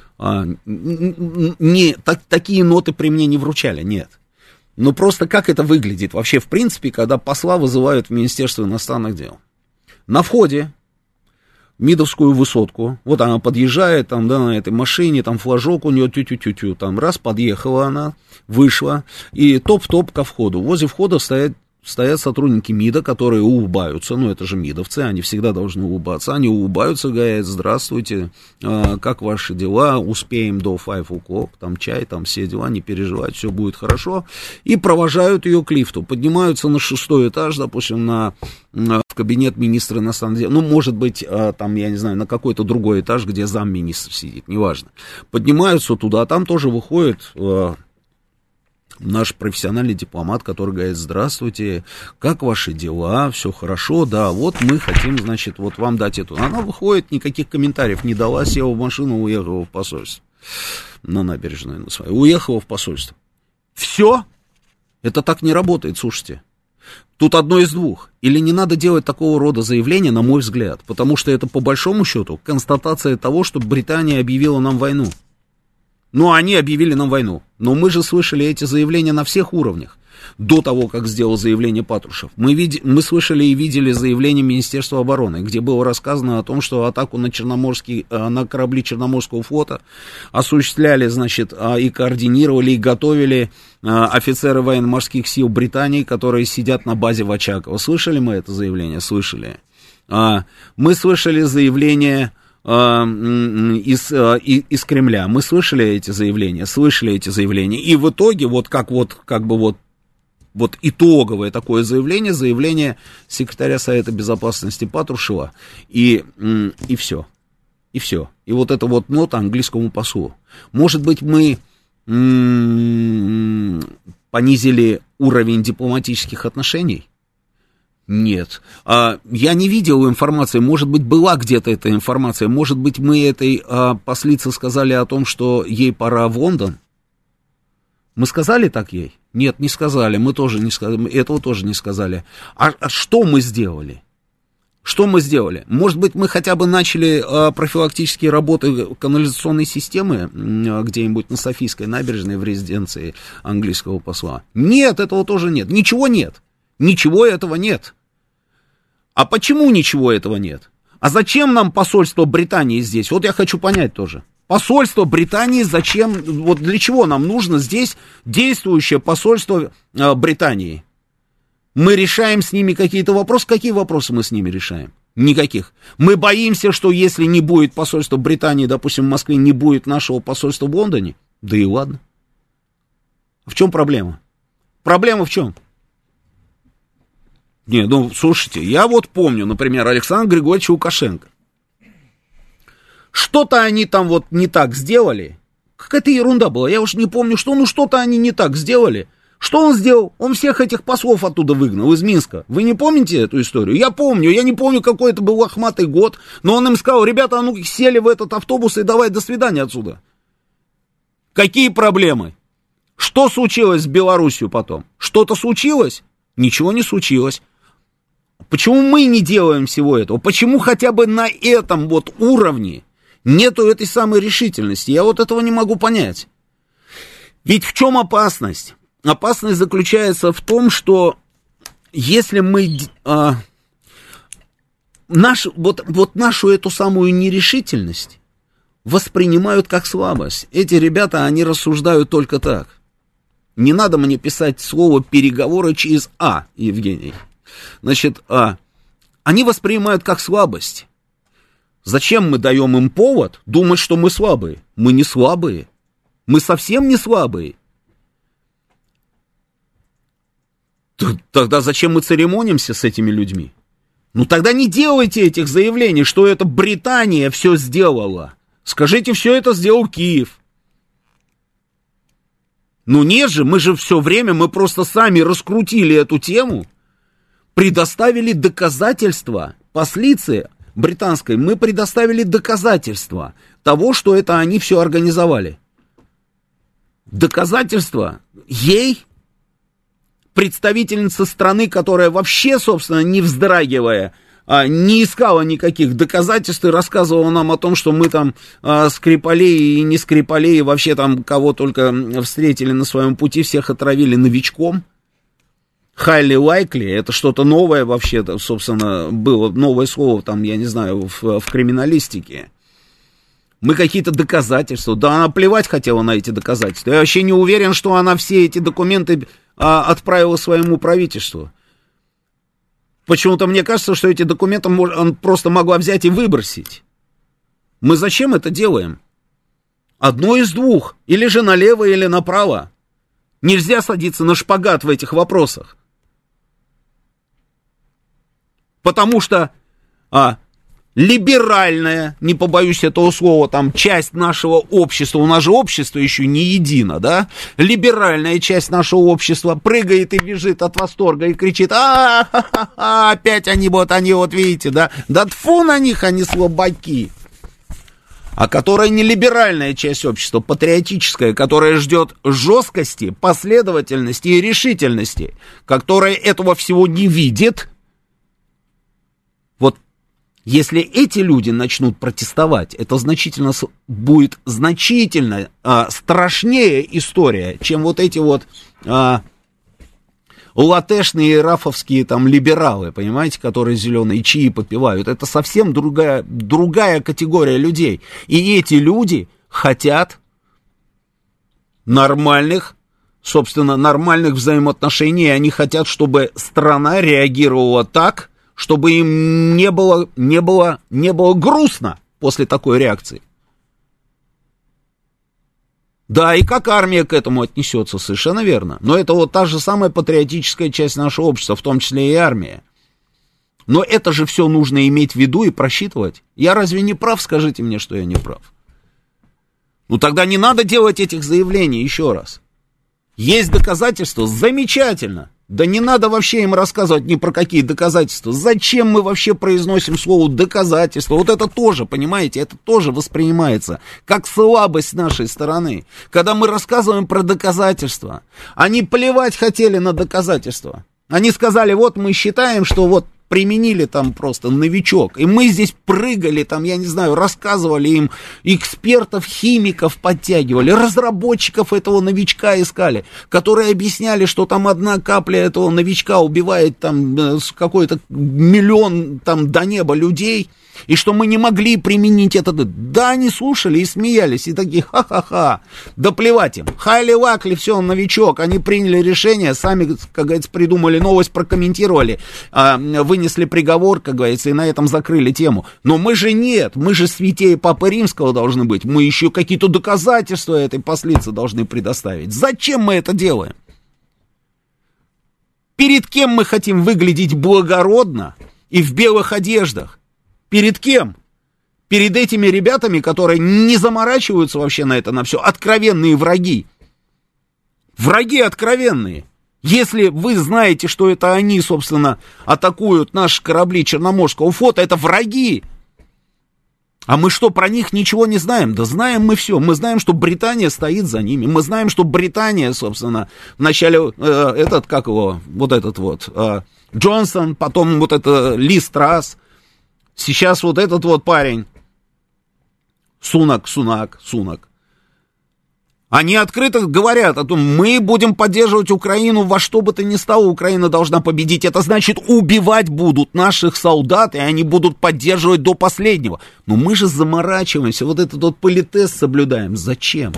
Такие ноты при мне не вручали, нет. Но просто как это выглядит вообще, в принципе, когда посла вызывают в Министерство иностранных дел. На входе в МИДовскую высотку, вот она подъезжает, там, да, на этой машине, там флажок у нее, тю-тю-тю-тю, там раз, подъехала она, вышла, и топ-топ ко входу. Возле входа стоят сотрудники МИДа, которые улыбаются, ну, это же МИДовцы, они всегда должны улыбаться, они улыбаются, говорят: здравствуйте, как ваши дела, успеем до 5 o'clock, там чай, там все дела, не переживайте, все будет хорошо, и провожают ее к лифту, поднимаются на 6-й этаж, допустим, в кабинет министра иностранных дел, ну, может быть, там, я не знаю, на какой-то другой этаж, где замминистр сидит, неважно, поднимаются туда, а там тоже выходит наш профессиональный дипломат, который говорит: здравствуйте, как ваши дела, все хорошо, да, вот мы хотим, значит, вот вам дать эту. Она выходит, никаких комментариев не дала, села в машину, уехала в посольство, на набережную, на свою, уехала в посольство. Все? Это так не работает, слушайте. Тут одно из двух. Или не надо делать такого рода заявления, на мой взгляд, потому что это, по большому счету, констатация того, что Британия объявила нам войну. Ну, они объявили нам войну. Но мы же слышали эти заявления на всех уровнях. До того, как сделал заявление Патрушев. Мы слышали и видели заявление Министерства обороны, где было рассказано о том, что атаку на корабли Черноморского флота осуществляли, значит, и координировали, и готовили офицеры военно-морских сил Британии, которые сидят на базе в Очаково. Слышали мы это заявление? Слышали. Мы слышали заявление из Кремля. Мы слышали эти заявления, и в итоге вот итоговое такое заявление секретаря Совета Безопасности Патрушева, и все. И вот это вот нота английскому послу. Может быть, мы понизили уровень дипломатических отношений? Нет. Я не видел информации, может быть, была где-то эта информация, может быть, мы этой послице сказали о том, что ей пора в Лондон? Мы сказали так ей? Нет, не сказали, мы тоже не сказали, этого тоже не сказали. А что мы сделали? Что мы сделали? Может быть, мы хотя бы начали профилактические работы канализационной системы где-нибудь на Софийской набережной в резиденции английского посла? Нет, этого тоже нет. Ничего нет. Ничего этого нет. А почему ничего этого нет? А зачем нам посольство Британии здесь? Вот я хочу понять тоже. Посольство Британии зачем? Вот для чего нам нужно здесь действующее посольство Британии? Мы решаем с ними какие-то вопросы. Какие вопросы мы с ними решаем? Никаких. Мы боимся, что если не будет посольства Британии, допустим, в Москве, не будет нашего посольства в Лондоне. Да и ладно. В чем проблема? Проблема в чем? Не, ну, слушайте, я вот помню, например, Александра Григорьевича Лукашенко. Что-то они там вот не так сделали. Какая-то ерунда была, я уж не помню, что, ну, что-то они не так сделали. Что он сделал? Он всех этих послов оттуда выгнал, из Минска. Вы не помните эту историю? Я помню, я не помню, какой это был лохматый год, но он им сказал: ребята, а ну сели в этот автобус и давай, до свидания отсюда. Какие проблемы? Что случилось с Белоруссией потом? Что-то случилось? Ничего не случилось. Почему мы не делаем всего этого? Почему хотя бы на этом вот уровне Нету этой самой решительности. Я вот этого не могу понять. Ведь в чем опасность? Опасность заключается в том, что если мы нашу эту самую нерешительность воспринимают как слабость. Эти ребята, они рассуждают только так. Не надо мне писать слово «переговоры» через «а», Евгений. Значит, они воспринимают как слабость. Зачем мы даем им повод думать, что мы слабые? Мы не слабые. Мы совсем не слабые. Тогда зачем мы церемонимся с этими людьми? Ну тогда не делайте этих заявлений, что это Британия все сделала. Скажите, все это сделал Киев. Ну нет же, мы же все время, мы просто сами раскрутили эту тему, предоставили доказательства послице британской, мы предоставили доказательства того, что это они все организовали. Доказательства ей, представительница страны, которая вообще, собственно, не вздрагивая, не искала никаких доказательств и рассказывала нам о том, что мы там скрипалей и не скрипалей, и вообще там кого только встретили на своем пути, всех отравили новичком. Highly likely, это что-то новое вообще-то, собственно, было, новое слово там, я не знаю, в криминалистике. Мы какие-то доказательства, да она плевать хотела на эти доказательства. Я вообще не уверен, что она все эти документы отправила своему правительству. Почему-то мне кажется, что эти документы он просто могла взять и выбросить. Мы зачем это делаем? Одно из двух. Или же налево, или направо. Нельзя садиться на шпагат в этих вопросах. Потому что либеральная, не побоюсь этого слова, там часть нашего общества, у нас же общество еще не едино, да? Либеральная часть нашего общества прыгает и бежит от восторга и кричит: опять они вот, видите, да? Да тьфу на них, они слабаки. А которая не либеральная часть общества, патриотическая, которая ждет жесткости, последовательности и решительности, которая этого всего не видит. Вот если эти люди начнут протестовать, это будет значительно страшнее история, чем вот эти вот латешные рафовские там либералы, понимаете, которые зеленые чаи попивают. Это совсем другая категория людей. И эти люди хотят нормальных взаимоотношений. Они хотят, чтобы страна реагировала так, чтобы им не было грустно после такой реакции. Да, и как армия к этому отнесется, совершенно верно. Но это вот та же самая патриотическая часть нашего общества, в том числе и армия. Но это же все нужно иметь в виду и просчитывать. Я разве не прав? Скажите мне, что я не прав. Ну тогда не надо делать этих заявлений еще раз. Есть доказательства? Замечательно. Да не надо вообще им рассказывать ни про какие доказательства. Зачем мы вообще произносим слово доказательство? Вот это тоже, понимаете, это тоже воспринимается как слабость с нашей стороны. Когда мы рассказываем про доказательства, они плевать хотели на доказательства. Они сказали: вот мы считаем, что вот применили там просто новичок. И мы здесь прыгали, там, я не знаю, рассказывали им, экспертов, химиков подтягивали, разработчиков этого новичка искали, которые объясняли, что там одна капля этого новичка убивает там какой-то миллион там до неба людей, и что мы не могли применить это. Да, они слушали и смеялись, и такие: ха-ха-ха, да плевать им, хайли-лакли, все, он новичок. Они приняли решение, сами, как говорится, придумали новость, прокомментировали, вынесли приговор, как говорится, и на этом закрыли тему. Но мы же нет, мы же святее Папы Римского должны быть, мы еще какие-то доказательства этой послице должны предоставить. Зачем мы это делаем? Перед кем мы хотим выглядеть благородно и в белых одеждах? Перед кем? Перед этими ребятами, которые не заморачиваются вообще на это, на все. Откровенные враги. Враги откровенные. Если вы знаете, что это они, собственно, атакуют наши корабли Черноморского флота, это враги. А мы что, про них ничего не знаем? Да знаем мы все. Мы знаем, что Британия стоит за ними. Мы знаем, что Британия, собственно, вначале Джонсон, потом вот это Ли Страс. Сейчас вот этот вот парень, Сунак. Они открыто говорят о том, мы будем поддерживать Украину во что бы то ни стало, Украина должна победить. Это значит, убивать будут наших солдат, и они будут поддерживать до последнего. Но мы же заморачиваемся, вот этот вот политез соблюдаем. Зачем?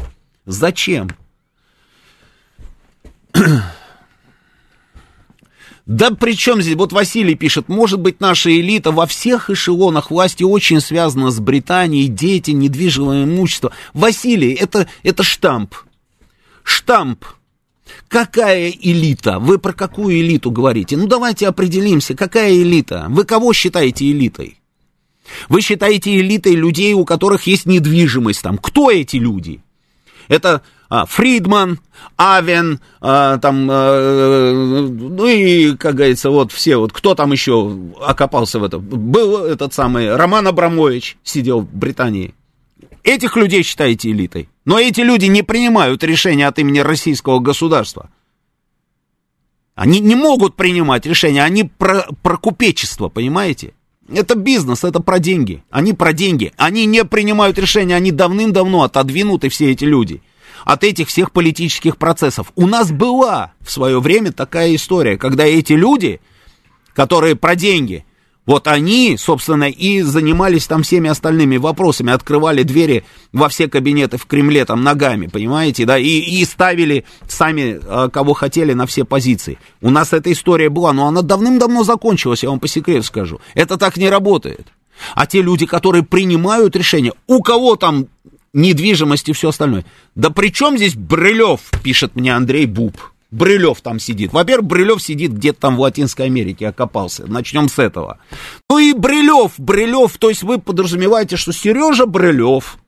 Да при чем здесь, вот Василий пишет, может быть, наша элита во всех эшелонах власти очень связана с Британией, дети, недвижимое имущество. Василий, это штамп. Какая элита? Вы про какую элиту говорите? Ну, давайте определимся, какая элита? Вы кого считаете элитой? Вы считаете элитой людей, у которых есть недвижимость там. Кто эти люди? Это Фридман, Авен, ну и, как говорится, вот все, вот кто там еще окопался в этом. Был этот самый Роман Абрамович, сидел в Британии. Этих людей считаете элитой. Но эти люди не принимают решения от имени российского государства. Они не могут принимать решения, они про купечество, понимаете? Это бизнес, это про деньги. Они про деньги. Они не принимают решения, они давным-давно отодвинуты, все эти люди, от этих всех политических процессов. У нас была в свое время такая история, когда эти люди, которые про деньги, вот они, собственно, и занимались там всеми остальными вопросами, открывали двери во все кабинеты в Кремле там ногами, понимаете, да, и ставили сами, кого хотели, на все позиции. У нас эта история была, но она давным-давно закончилась, я вам по секрету скажу. Это так не работает. А те люди, которые принимают решения, у кого там недвижимость и все остальное. Да при чем здесь Брылев, пишет мне Андрей Буб. Брылев там сидит. Во-первых, Брылев сидит где-то там в Латинской Америке, окопался. Начнем с этого. Ну и Брылев, то есть вы подразумеваете, что Сережа Брылев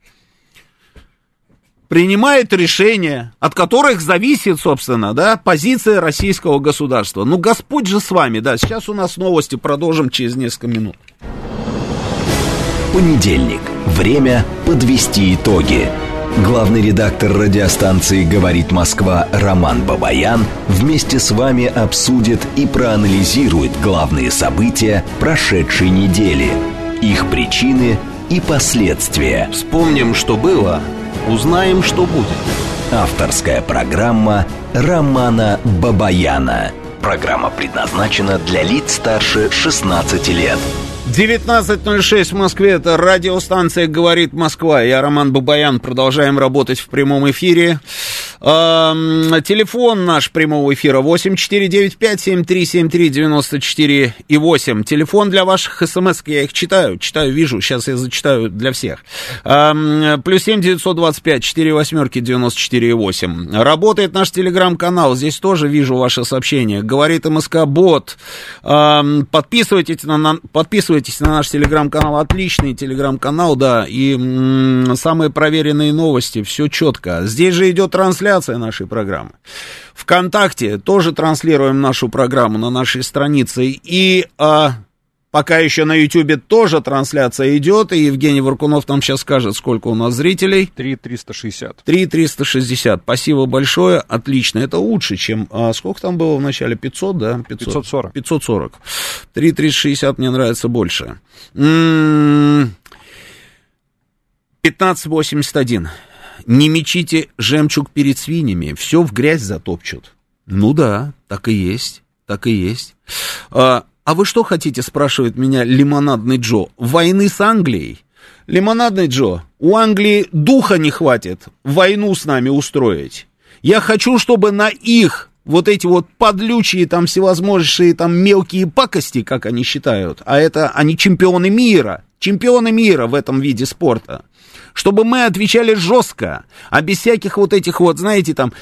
принимает решения, от которых зависит, собственно, да, позиция российского государства. Ну, Господь же с вами, да. Сейчас у нас новости, продолжим через несколько минут. Понедельник. Время подвести итоги. Главный редактор радиостанции «Говорит Москва» Роман Бабаян вместе с вами обсудит и проанализирует главные события прошедшей недели, их причины и последствия. Вспомним, что было, узнаем, что будет. Авторская программа Романа Бабаяна. Программа предназначена для лиц старше 16 лет. 19:06 в Москве, это радиостанция «Говорит Москва». Я Роман Бабаян, продолжаем работать в прямом эфире. Телефон наш прямого эфира 8495-7373-94-8. Телефон для ваших смс, я их читаю, вижу, сейчас я зачитаю для всех. +7 925 4 Работает наш телеграм-канал, здесь тоже вижу ваше сообщение. Говорит МСК Бот. Подписывайтесь на наш телеграм-канал, отличный телеграм-канал, да, и самые проверенные новости, все четко. Здесь же идет трансляция нашей программы. ВКонтакте тоже транслируем нашу программу на нашей странице, и пока еще на Ютьюбе тоже трансляция идет, и Евгений Варкунов нам сейчас скажет, сколько у нас зрителей. 3360. 3360. Спасибо большое, отлично. Это лучше, чем... сколько там было в начале? 500, да? 540. 540. 3360 мне нравится больше. 1581. Не мечите жемчуг перед свиньями, все в грязь затопчут. Ну да, так и есть, так и есть. А вы что хотите, спрашивает меня Лимонадный Джо, войны с Англией? Лимонадный Джо, у Англии духа не хватит войну с нами устроить. Я хочу, чтобы на их вот эти вот подлючие там всевозможные там мелкие пакости, как они считают, а это они чемпионы мира в этом виде спорта, чтобы мы отвечали жестко, а без всяких вот этих вот, знаете, там,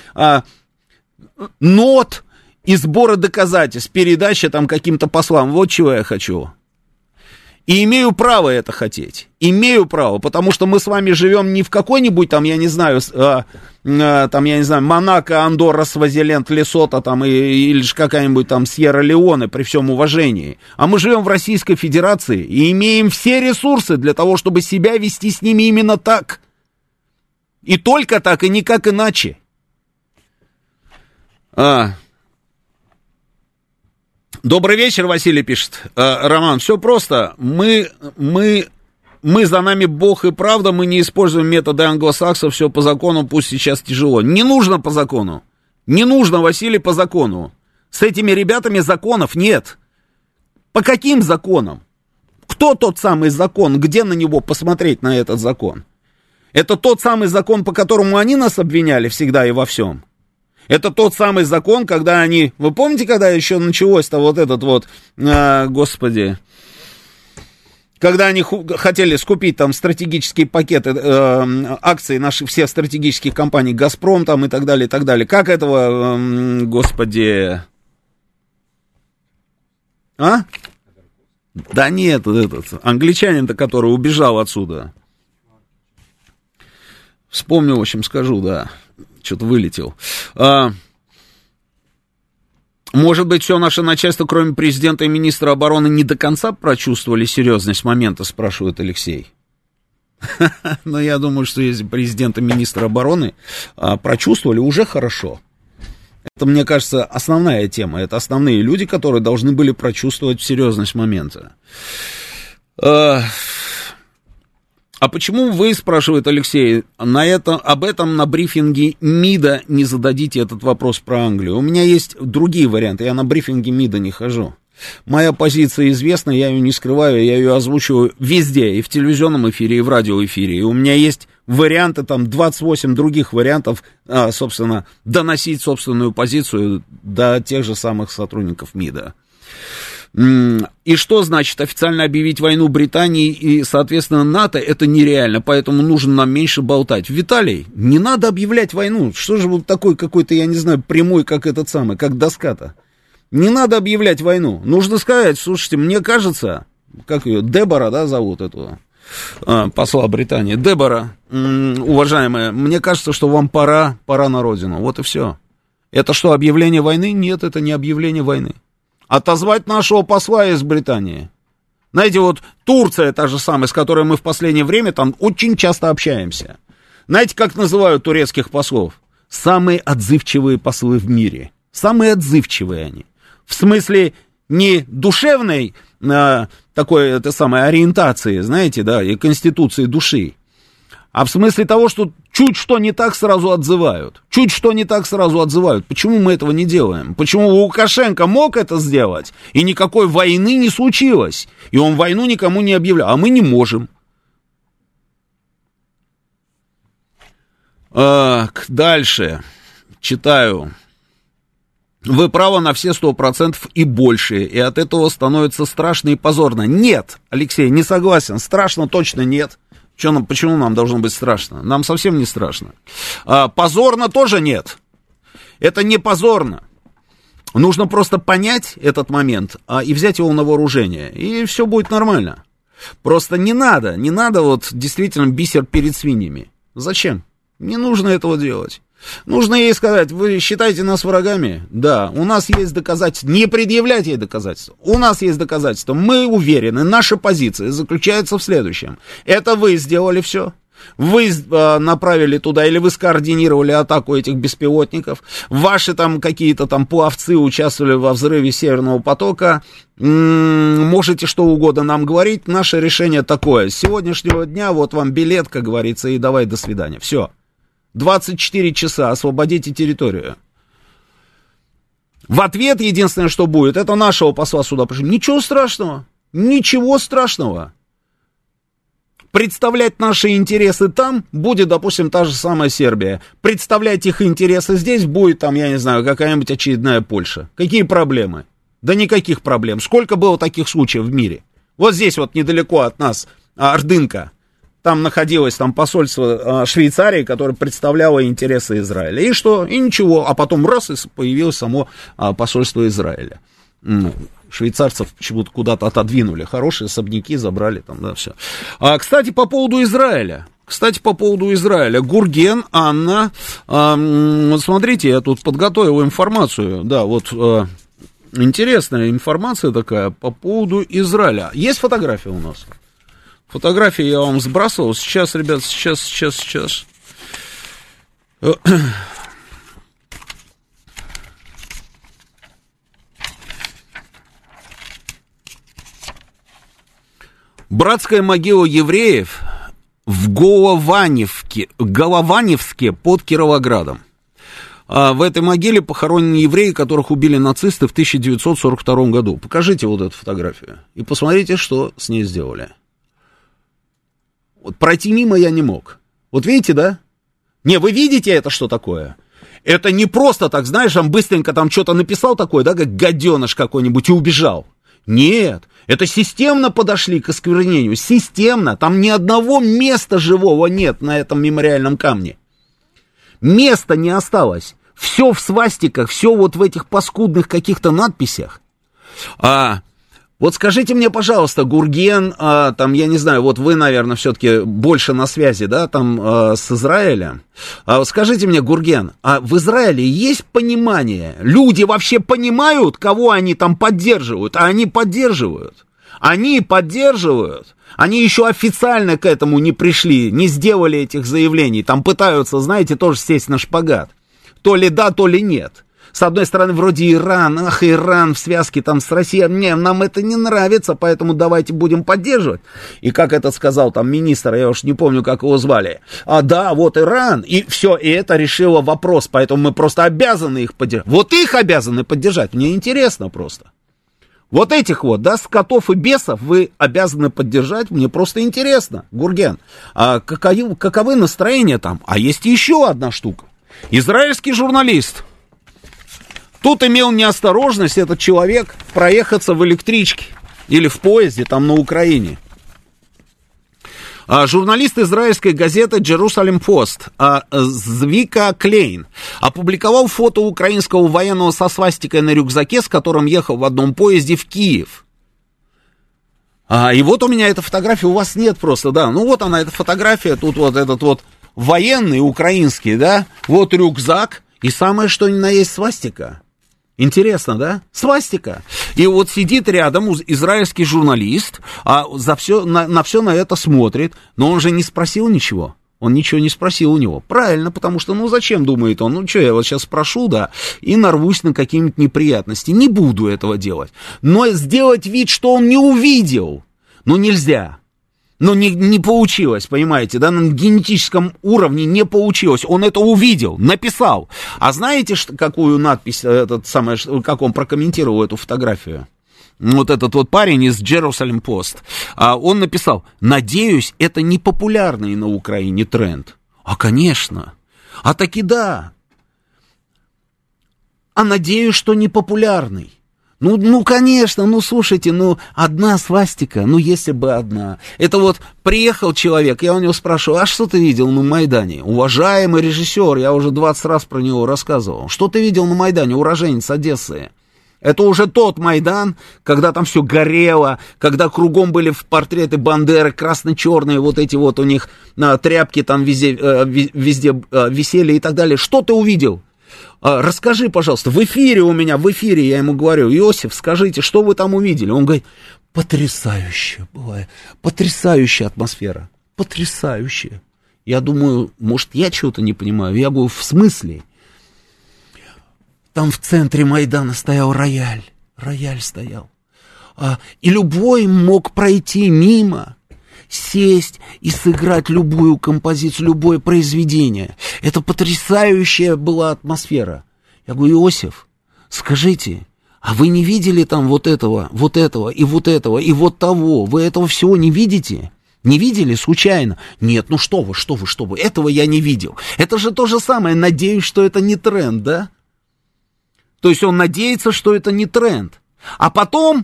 нот и сбора доказательств, передача там каким-то послам. Вот чего я хочу. И имею право это хотеть. Имею право, потому что мы с вами живем не в какой-нибудь там, я не знаю, Монако, Андорра, Свазиленд, Лесото там, или же какая-нибудь там Сьерра-Леоне, при всем уважении. А мы живем в Российской Федерации и имеем все ресурсы для того, чтобы себя вести с ними именно так. И только так, и никак иначе. Добрый вечер, Василий пишет. Роман, все просто. Мы мы за нами Бог и правда, мы не используем методы англосаксов, все по закону, пусть сейчас тяжело. Не нужно по закону. Не нужно, Василий, по закону. С этими ребятами законов нет. По каким законам? Кто тот самый закон? Где на него посмотреть, на этот закон? Это тот самый закон, по которому они нас обвиняли всегда и во всем. Это тот самый закон, когда они... Вы помните, когда еще началось-то вот этот вот... Господи... Когда они хотели скупить там стратегические пакеты акций наших всех стратегических компаний, «Газпром» там и так далее, и так далее. Как этого, господи... А? Да нет, этот англичанин-то, который убежал отсюда. Вспомню, в общем, скажу, да. Что-то вылетел. Может быть, все наше начальство, кроме президента и министра обороны, не до конца прочувствовали серьезность момента, спрашивает Алексей. Но я думаю, что если президент и министр обороны прочувствовали, уже хорошо. Это, мне кажется, основная тема. Это основные люди, которые должны были прочувствовать серьезность момента. А почему вы, спрашивает Алексей, об этом на брифинге МИДа не зададите этот вопрос про Англию? У меня есть другие варианты, я на брифинге МИДа не хожу. Моя позиция известна, я ее не скрываю, я ее озвучиваю везде, и в телевизионном эфире, и в радиоэфире. И у меня есть варианты, там 28 других вариантов, собственно, доносить собственную позицию до тех же самых сотрудников МИДа. И что значит официально объявить войну Британии и, соответственно, НАТО? Это нереально, поэтому нужно нам меньше болтать. Виталий, не надо объявлять войну. Что же вот такой какой-то, я не знаю, прямой, как этот самый, как доска-то? Не надо объявлять войну. Нужно сказать, слушайте, мне кажется, как ее, Дебора, да, зовут эту посла Британии. Дебора, уважаемая, мне кажется, что вам пора на родину. Вот и все. Это что, объявление войны? Нет, это не объявление войны. Отозвать нашего посла из Британии. Знаете, вот Турция та же самая, с которой мы в последнее время там очень часто общаемся. Знаете, как называют турецких послов? Самые отзывчивые послы в мире. Самые отзывчивые они. В смысле не душевной такой, это самой ориентации, знаете, да, и конституции души, а в смысле того, что чуть что не так сразу отзывают. Чуть что не так сразу отзывают. Почему мы этого не делаем? Почему Лукашенко мог это сделать, и никакой войны не случилось, и он войну никому не объявлял, а мы не можем. Дальше читаю. Вы правы на все 100% и больше, и от этого становится страшно и позорно. Нет, Алексей, не согласен, страшно точно нет. Почему нам должно быть страшно? Нам совсем не страшно. Позорно тоже нет. Это не позорно. Нужно просто понять этот момент и взять его на вооружение, и все будет нормально. Просто не надо вот действительно бисер перед свиньями. Зачем? Не нужно этого делать. Нужно ей сказать, вы считаете нас врагами? Да, у нас есть доказательства. Не предъявлять ей доказательства. У нас есть доказательства. Мы уверены, наша позиция заключается в следующем. Это вы сделали все. Вы направили туда, или вы скоординировали атаку этих беспилотников. Ваши там какие-то там пловцы участвовали во взрыве Северного потока. Можете что угодно нам говорить. Наше решение такое. С сегодняшнего дня вот вам билет, как говорится, и давай до свидания. Все. 24 часа, освободите территорию. В ответ единственное, что будет, это нашего посла сюда пришлют. Ничего страшного. Ничего страшного. Представлять наши интересы там будет, допустим, та же самая Сербия. Представлять их интересы здесь будет, там, я не знаю, какая-нибудь очередная Польша. Какие проблемы? Да никаких проблем. Сколько было таких случаев в мире? Вот здесь вот недалеко от нас Ордынка. Там находилось там посольство Швейцарии, которое представляло интересы Израиля. И что? И ничего. А потом раз, и появилось само посольство Израиля. Швейцарцев почему-то куда-то отодвинули. Хорошие особняки забрали там, да, все. Кстати, по поводу Израиля. Гурген, Анна. Смотрите, я тут подготовил информацию. Да, вот интересная информация такая по поводу Израиля. Есть фотография у нас? Фотографии я вам сбрасывал. Сейчас, ребят, сейчас. Братская могила евреев в Голованевске под Кировоградом. В этой могиле похоронены евреи, которых убили нацисты в 1942 году. Покажите вот эту фотографию и посмотрите, что с ней сделали. Вот пройти мимо я не мог. Вот видите, да? Не, вы видите это, что такое? Это не просто так, знаешь, там быстренько там что-то написал такое, да, как гаденыш какой-нибудь и убежал. Нет, это системно подошли к осквернению, системно. Там ни одного места живого нет на этом мемориальном камне. Места не осталось. Все в свастиках, все вот в этих паскудных каких-то надписях. Вот скажите мне, пожалуйста, Гурген, там, я не знаю, вот вы, наверное, все-таки больше на связи, да, там, с Израилем. Скажите мне, Гурген, а в Израиле есть понимание? Люди вообще понимают, кого они там поддерживают? А они поддерживают. Они поддерживают. Они еще официально к этому не пришли, не сделали этих заявлений. Там пытаются, знаете, тоже сесть на шпагат. То ли да, то ли нет. С одной стороны, вроде Иран, Иран в связке там с Россией, нам это не нравится, поэтому давайте будем поддерживать. И как это сказал там министр, я уж не помню, как его звали, да, вот Иран, и все, и это решило вопрос, поэтому мы просто обязаны их поддержать. Вот их обязаны поддержать, мне интересно просто. Вот этих вот, да, скотов и бесов вы обязаны поддержать, мне просто интересно, Гурген, каковы настроения там? А есть еще одна штука. Израильский журналист. Тут имел неосторожность этот человек проехаться в электричке или в поезде там на Украине. Журналист израильской газеты Jerusalem Post Звика Клейн опубликовал фото украинского военного со свастикой на рюкзаке, с которым ехал в одном поезде в Киев. И вот у меня эта фотография, у вас нет просто, да, ну вот она, эта фотография, тут вот этот вот военный украинский, да, вот рюкзак, и самое что ни на есть свастика. Интересно, да? Свастика. И вот сидит рядом израильский журналист, на все на это смотрит, но он же не спросил ничего. Он ничего не спросил у него. Правильно, потому что, зачем, думает он, что я вот сейчас спрошу, да, и нарвусь на какие-нибудь неприятности. Не буду этого делать. Но сделать вид, что он не увидел, нельзя. Не получилось, понимаете, да, на генетическом уровне не получилось. Он это увидел, написал. А знаете, какую надпись, как он прокомментировал эту фотографию? Вот этот вот парень из Jerusalem Post. Он написал: надеюсь, это не популярный на Украине тренд. Конечно. Таки да. Надеюсь, что не популярный. Конечно, слушайте, одна свастика, если бы одна. Это вот приехал человек, я у него спрашиваю, что ты видел на Майдане? Уважаемый режиссер, я уже 20 раз про него рассказывал. Что ты видел на Майдане, уроженец Одессы? Это уже тот Майдан, когда там все горело, когда кругом были портреты Бандеры, красно-черные, вот эти вот у них тряпки там везде висели и так далее. Что ты увидел? Расскажи, пожалуйста, в эфире я ему говорю: Иосиф, скажите, что вы там увидели? Он говорит: потрясающая атмосфера, потрясающая. Я думаю, может, я чего-то не понимаю. Я говорю: в смысле? Там в центре Майдана стоял рояль стоял. И любой мог пройти мимо, сесть и сыграть любую композицию, любое произведение. Это потрясающая была атмосфера. Я говорю: Иосиф, скажите, а вы не видели там вот этого, и вот этого, и вот того? Вы этого всего не видите? Не видели случайно? Нет, что вы, этого я не видел. Это же то же самое, надеюсь, что это не тренд, да? То есть он надеется, что это не тренд. А потом,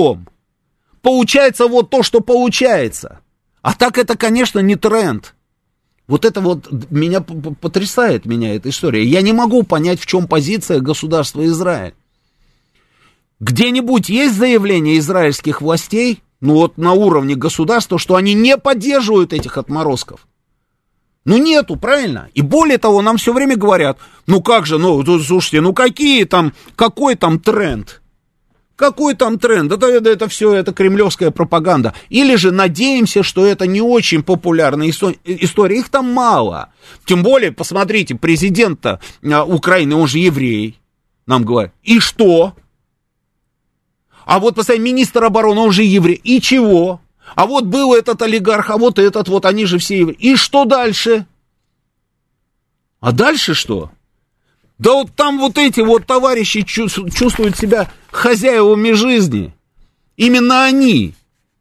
получается вот то, что получается. А так это, конечно, не тренд. Вот это вот меня потрясает, эта история. Я не могу понять, в чем позиция государства Израиль. Где-нибудь есть заявление израильских властей, на уровне государства, что они не поддерживают этих отморозков? Нету, правильно? И более того, нам все время говорят: слушайте, какой там тренд? Какой там тренд? Это все, это кремлевская пропаганда. Или же надеемся, что это не очень популярная история. Их там мало. Тем более, посмотрите, президент Украины, он же еврей, нам говорят. И что? А вот, посмотрите, министр обороны, он же еврей. И чего? А вот был этот олигарх, а вот этот, вот они же все евреи. И что дальше? А дальше что? Да вот там вот эти вот товарищи чувствуют себя хозяевами жизни. Именно они.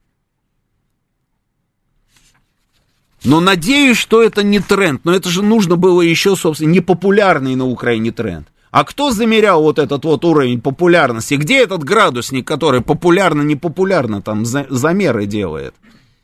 Но надеюсь, что это не тренд. Но это же нужно было еще, собственно, непопулярный на Украине тренд. А кто замерял вот этот вот уровень популярности? Где этот градусник, который популярно-непопулярно там замеры делает?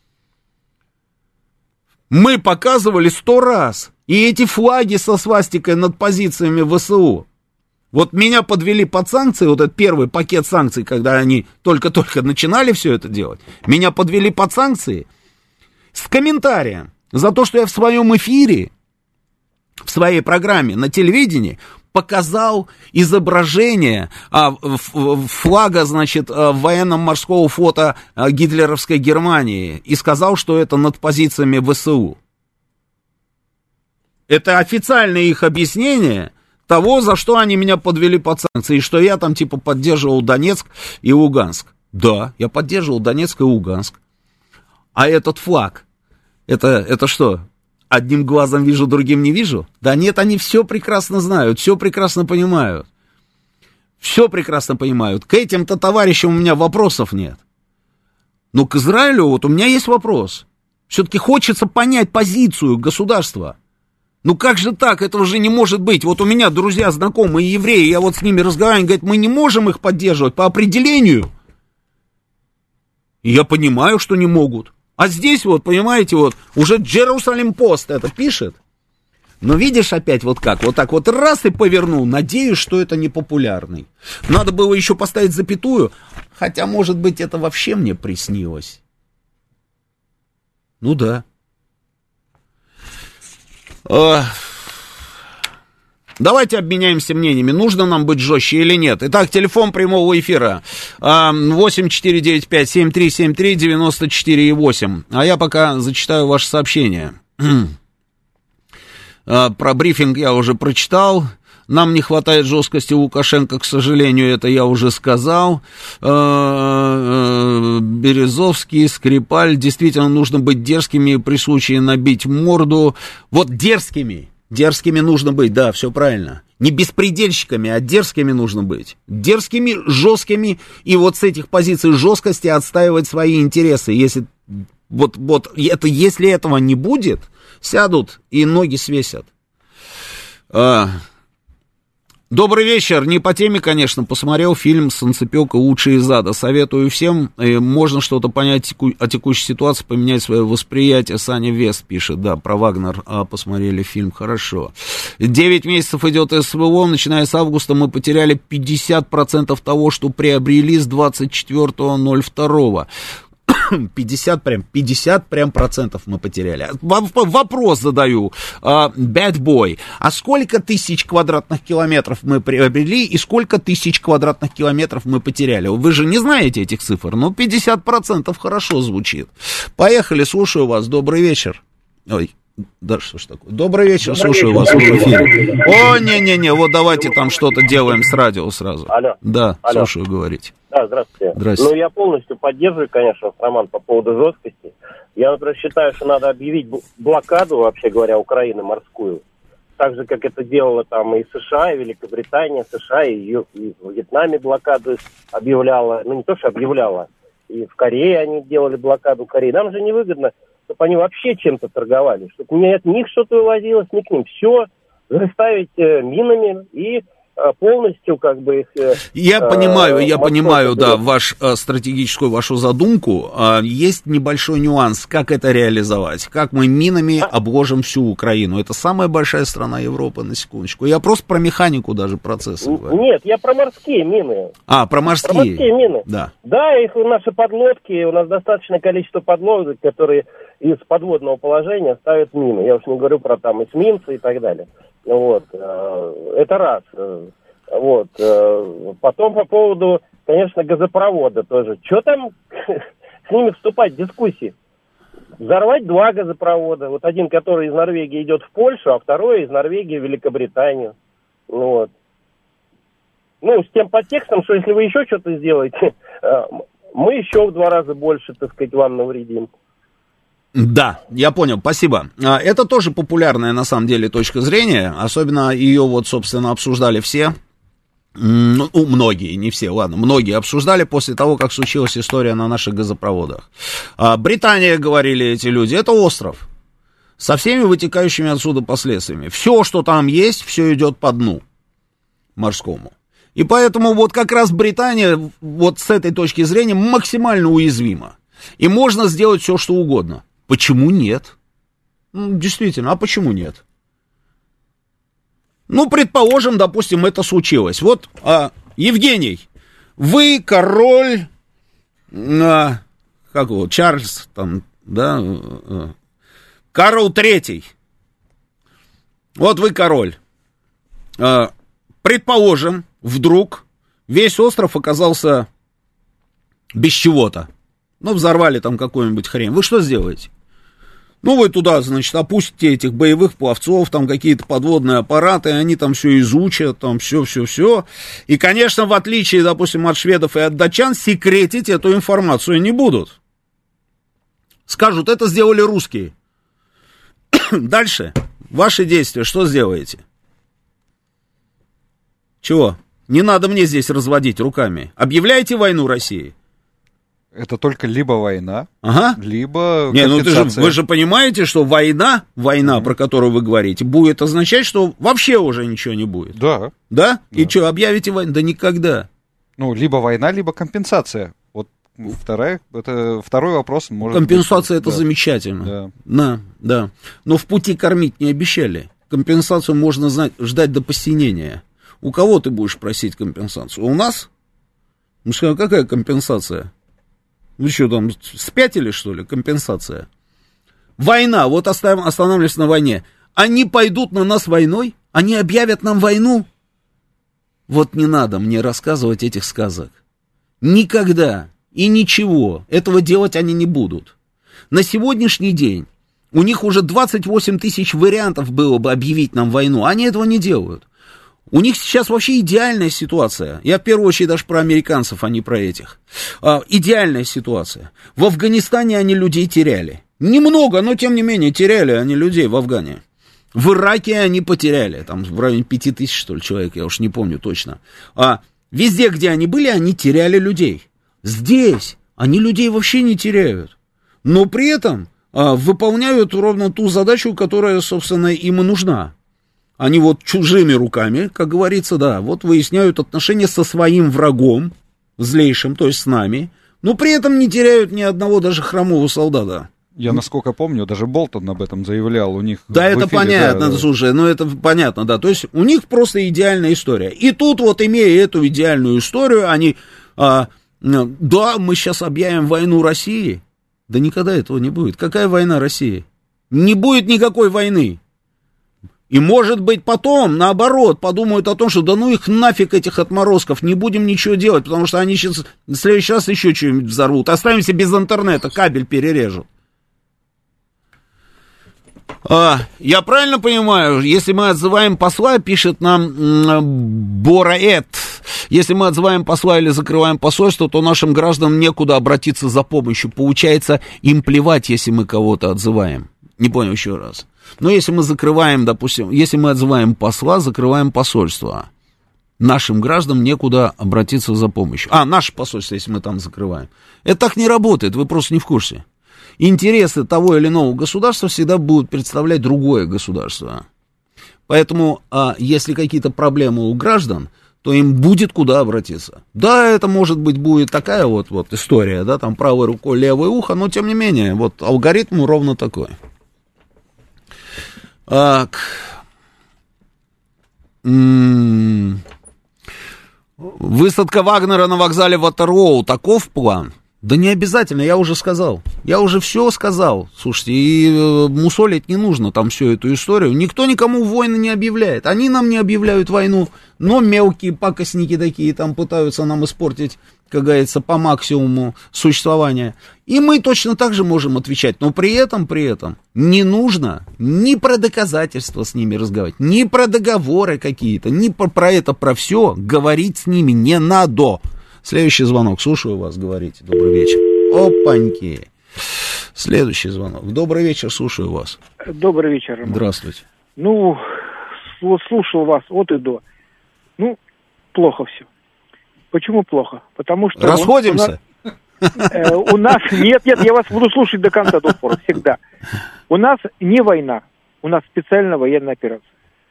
Мы показывали 100 раз. И эти флаги со свастикой над позициями ВСУ. Вот меня подвели под санкции, вот этот первый пакет санкций, когда они только-только начинали все это делать. Меня подвели под санкции с комментарием за то, что я в своем эфире, в своей программе на телевидении показал изображение флага, значит, военно-морского флота гитлеровской Германии и сказал, что это над позициями ВСУ. Это официальное их объяснение того, за что они меня подвели под санкции, и что я там типа поддерживал Донецк и Луганск. Да, я поддерживал Донецк и Луганск. А этот флаг, это что? Одним глазом вижу, другим не вижу? Да нет, они все прекрасно знают, все прекрасно понимают. Все прекрасно понимают. К этим-то товарищам у меня вопросов нет. Но к Израилю вот у меня есть вопрос. Все-таки хочется понять позицию государства. Ну как же так? Этого же не может быть. Вот у меня друзья, знакомые евреи, я вот с ними разговариваю, говорят, мы не можем их поддерживать по определению. И я понимаю, что не могут. А здесь вот, понимаете, вот уже Jerusalem Post это пишет. Но видишь опять вот как, вот так вот раз и повернул. Надеюсь, что это не популярный. Надо было еще поставить запятую, хотя, может быть, это вообще мне приснилось. Ну да. Давайте обменяемся мнениями, нужно нам быть жестче или нет. Итак, телефон прямого эфира 8495-7373-94,8. А я пока зачитаю ваше сообщение. Про брифинг я уже прочитал. Нам не хватает жесткости Лукашенко, к сожалению, это я уже сказал. Березовский, Скрипаль, действительно нужно быть дерзкими, при случае набить морду. Вот дерзкими нужно быть, да, все правильно. Не беспредельщиками, а дерзкими нужно быть. Дерзкими, жесткими, и вот с этих позиций жесткости отстаивать свои интересы. Если, если этого не будет, сядут и ноги свесят. Добрый вечер, не по теме, конечно, посмотрел фильм «Санцепёк и лучшие из ада». Советую всем, можно что-то понять о текущей ситуации, поменять свое восприятие. Саня Вест пишет, да, про Вагнер посмотрели фильм, хорошо. 9 месяцев идет СВО, начиная с августа мы потеряли 50% того, что приобрели с 24.02. 50 процентов мы потеряли. Вопрос задаю, Bad Boy, а сколько тысяч квадратных километров мы приобрели и сколько тысяч квадратных километров мы потеряли? Вы же не знаете этих цифр, но 50% хорошо звучит. Поехали, слушаю вас, добрый вечер. Ой, да что ж такое? Добрый вечер, слушаю вас в эфире. О, не-не-не, вот давайте там что-то делаем с радио сразу. Алло. Да, Алло. Слушаю, говорите. Да, здравствуйте. Здравствуйте. Ну, я полностью поддерживаю, конечно, Роман по поводу жесткости. Я, например, считаю, что надо объявить блокаду, вообще говоря, Украины морскую. Так же, как это делала там и США, и Великобритания, США, и в Вьетнаме блокаду объявляла. Ну, не то, что объявляла. И в Корее они делали блокаду Кореи. Нам же невыгодно, чтобы они вообще чем-то торговали. Чтобы не от них что-то вывозилось, не к ним. Все заставить минами и полностью как бы их... Я понимаю, да, стратегическую вашу задумку. Есть небольшой нюанс, как это реализовать. Как мы минами обложим всю Украину. Это самая большая страна Европы, на секундочку. Я просто про механику даже процесса говорю. Нет, я про морские мины. Про морские. Про морские мины. Да. Да, их наши подлодки, у нас достаточное количество подлодок, которые из подводного положения ставят мины. Я уж не говорю про там эсминцы и так далее. Вот, это раз. Вот, потом по поводу, конечно, газопровода тоже. Что там с ними вступать в дискуссии? Взорвать 2 газопровода. Вот один, который из Норвегии идет в Польшу, а второй из Норвегии в Великобританию. Вот. Ну, с тем подтекстом, что если вы еще что-то сделаете, мы еще в 2 раза больше, так сказать, вам навредим. Да, я понял, спасибо. Это тоже популярная, на самом деле, точка зрения. Особенно ее, вот, собственно, обсуждали все. Ну, многие, не все, ладно, многие обсуждали после того, как случилась история на наших газопроводах. Британия, говорили эти люди, это остров со всеми вытекающими отсюда последствиями. Все, что там есть, все идет по дну морскому. И поэтому вот как раз Британия вот с этой точки зрения максимально уязвима. И можно сделать все, что угодно. Почему нет? Ну, действительно, а почему нет? Ну, предположим, допустим, это случилось. Вот, Евгений, вы король, как его, Чарльз, там, да, Карл III. Вот вы король. Предположим, вдруг весь остров оказался без чего-то. Ну, взорвали там какую-нибудь хрень. Вы что сделаете? Ну, вы туда, значит, опустите этих боевых пловцов, там какие-то подводные аппараты, они там все изучат, там все. И, конечно, в отличие, допустим, от шведов и от датчан, секретить эту информацию не будут. Скажут, это сделали русские. Дальше. Ваши действия, что сделаете? Чего? Не надо мне здесь разводить руками. Объявляете войну России? Это только либо война, либо не, компенсация. Вы же понимаете, что война, про которую вы говорите, будет означать, что вообще уже ничего не будет. Да. Да? И что, объявите войну? Да никогда. Ну, либо война, либо компенсация. Вот второй вопрос может компенсация быть. Это замечательно. Да. Но в пути кормить не обещали. Компенсацию можно ждать до посинения. У кого ты будешь просить компенсацию? У нас? Ну, какая компенсация? Вы что там, спятили, что ли, компенсация? Война, вот останавливались на войне. Они пойдут на нас войной? Они объявят нам войну? Вот не надо мне рассказывать этих сказок. Никогда и ничего этого делать они не будут. На сегодняшний день у них уже 28 тысяч вариантов было бы объявить нам войну. Они этого не делают. У них сейчас вообще идеальная ситуация. Я в первую очередь даже про американцев, а не про этих. Идеальная ситуация. В Афганистане они людей теряли. Немного, но тем не менее теряли они людей в Афгане. В Ираке они потеряли. Там в районе 5000, что ли, человек, я уж не помню точно. Везде, где они были, они теряли людей. Здесь они людей вообще не теряют. Но при этом выполняют ровно ту задачу, которая, собственно, им и нужна. Они вот чужими руками, как говорится, да, вот выясняют отношения со своим врагом, злейшим, то есть с нами, но при этом не теряют ни одного даже хромого солдата. Я, насколько помню, даже Болтон об этом заявлял у них. Да, это эфире, понятно, да. Слушай, ну это понятно, да, то есть у них просто идеальная история. И тут вот, имея эту идеальную историю, они, да, мы сейчас объявим войну России. Да никогда этого не будет. Какая война России? Не будет никакой войны. И, может быть, потом, наоборот, подумают о том, что да ну их нафиг, этих отморозков, не будем ничего делать, потому что они сейчас в следующий раз еще что-нибудь взорвут. Оставимся без интернета, кабель перережут. Я правильно понимаю, если мы отзываем посла, пишет нам Бораэт, если мы отзываем посла или закрываем посольство, то нашим гражданам некуда обратиться за помощью. Получается, им плевать, если мы кого-то отзываем. Не понял еще раз. Но если мы закрываем, допустим, если мы отзываем посла, закрываем посольство, нашим гражданам некуда обратиться за помощью. Наше посольство, если мы там закрываем. Это так не работает, вы просто не в курсе. Интересы того или иного государства всегда будут представлять другое государство. Поэтому, если какие-то проблемы у граждан, то им будет куда обратиться. Да, это, может быть, будет такая вот история, да, там правой рукой левое ухо, но, тем не менее, вот алгоритм ровно такой. Высадка Вагнера на вокзале Ватерлоу, таков план? Да не обязательно, я уже сказал. Я уже все сказал. Слушайте, и мусолить не нужно там всю эту историю. Никто никому войны не объявляет. Они нам не объявляют войну, но мелкие пакостники такие там пытаются нам испортить, как говорится, по максимуму существования. И мы точно так же можем отвечать. Но при этом не нужно ни про доказательства с ними разговаривать, ни про договоры какие-то, ни про это, про все говорить с ними не надо. Следующий звонок. Слушаю вас, говорите. Добрый вечер. Опаньки. Следующий звонок. Добрый вечер, слушаю вас. Добрый вечер, Роман. Здравствуйте. Ну, вот слушал вас от и до. Ну, плохо все. Почему плохо? Потому что... Расходимся? У нас... Нет, я вас буду слушать до конца, до упора, всегда. У нас не война, у нас специальная военная операция.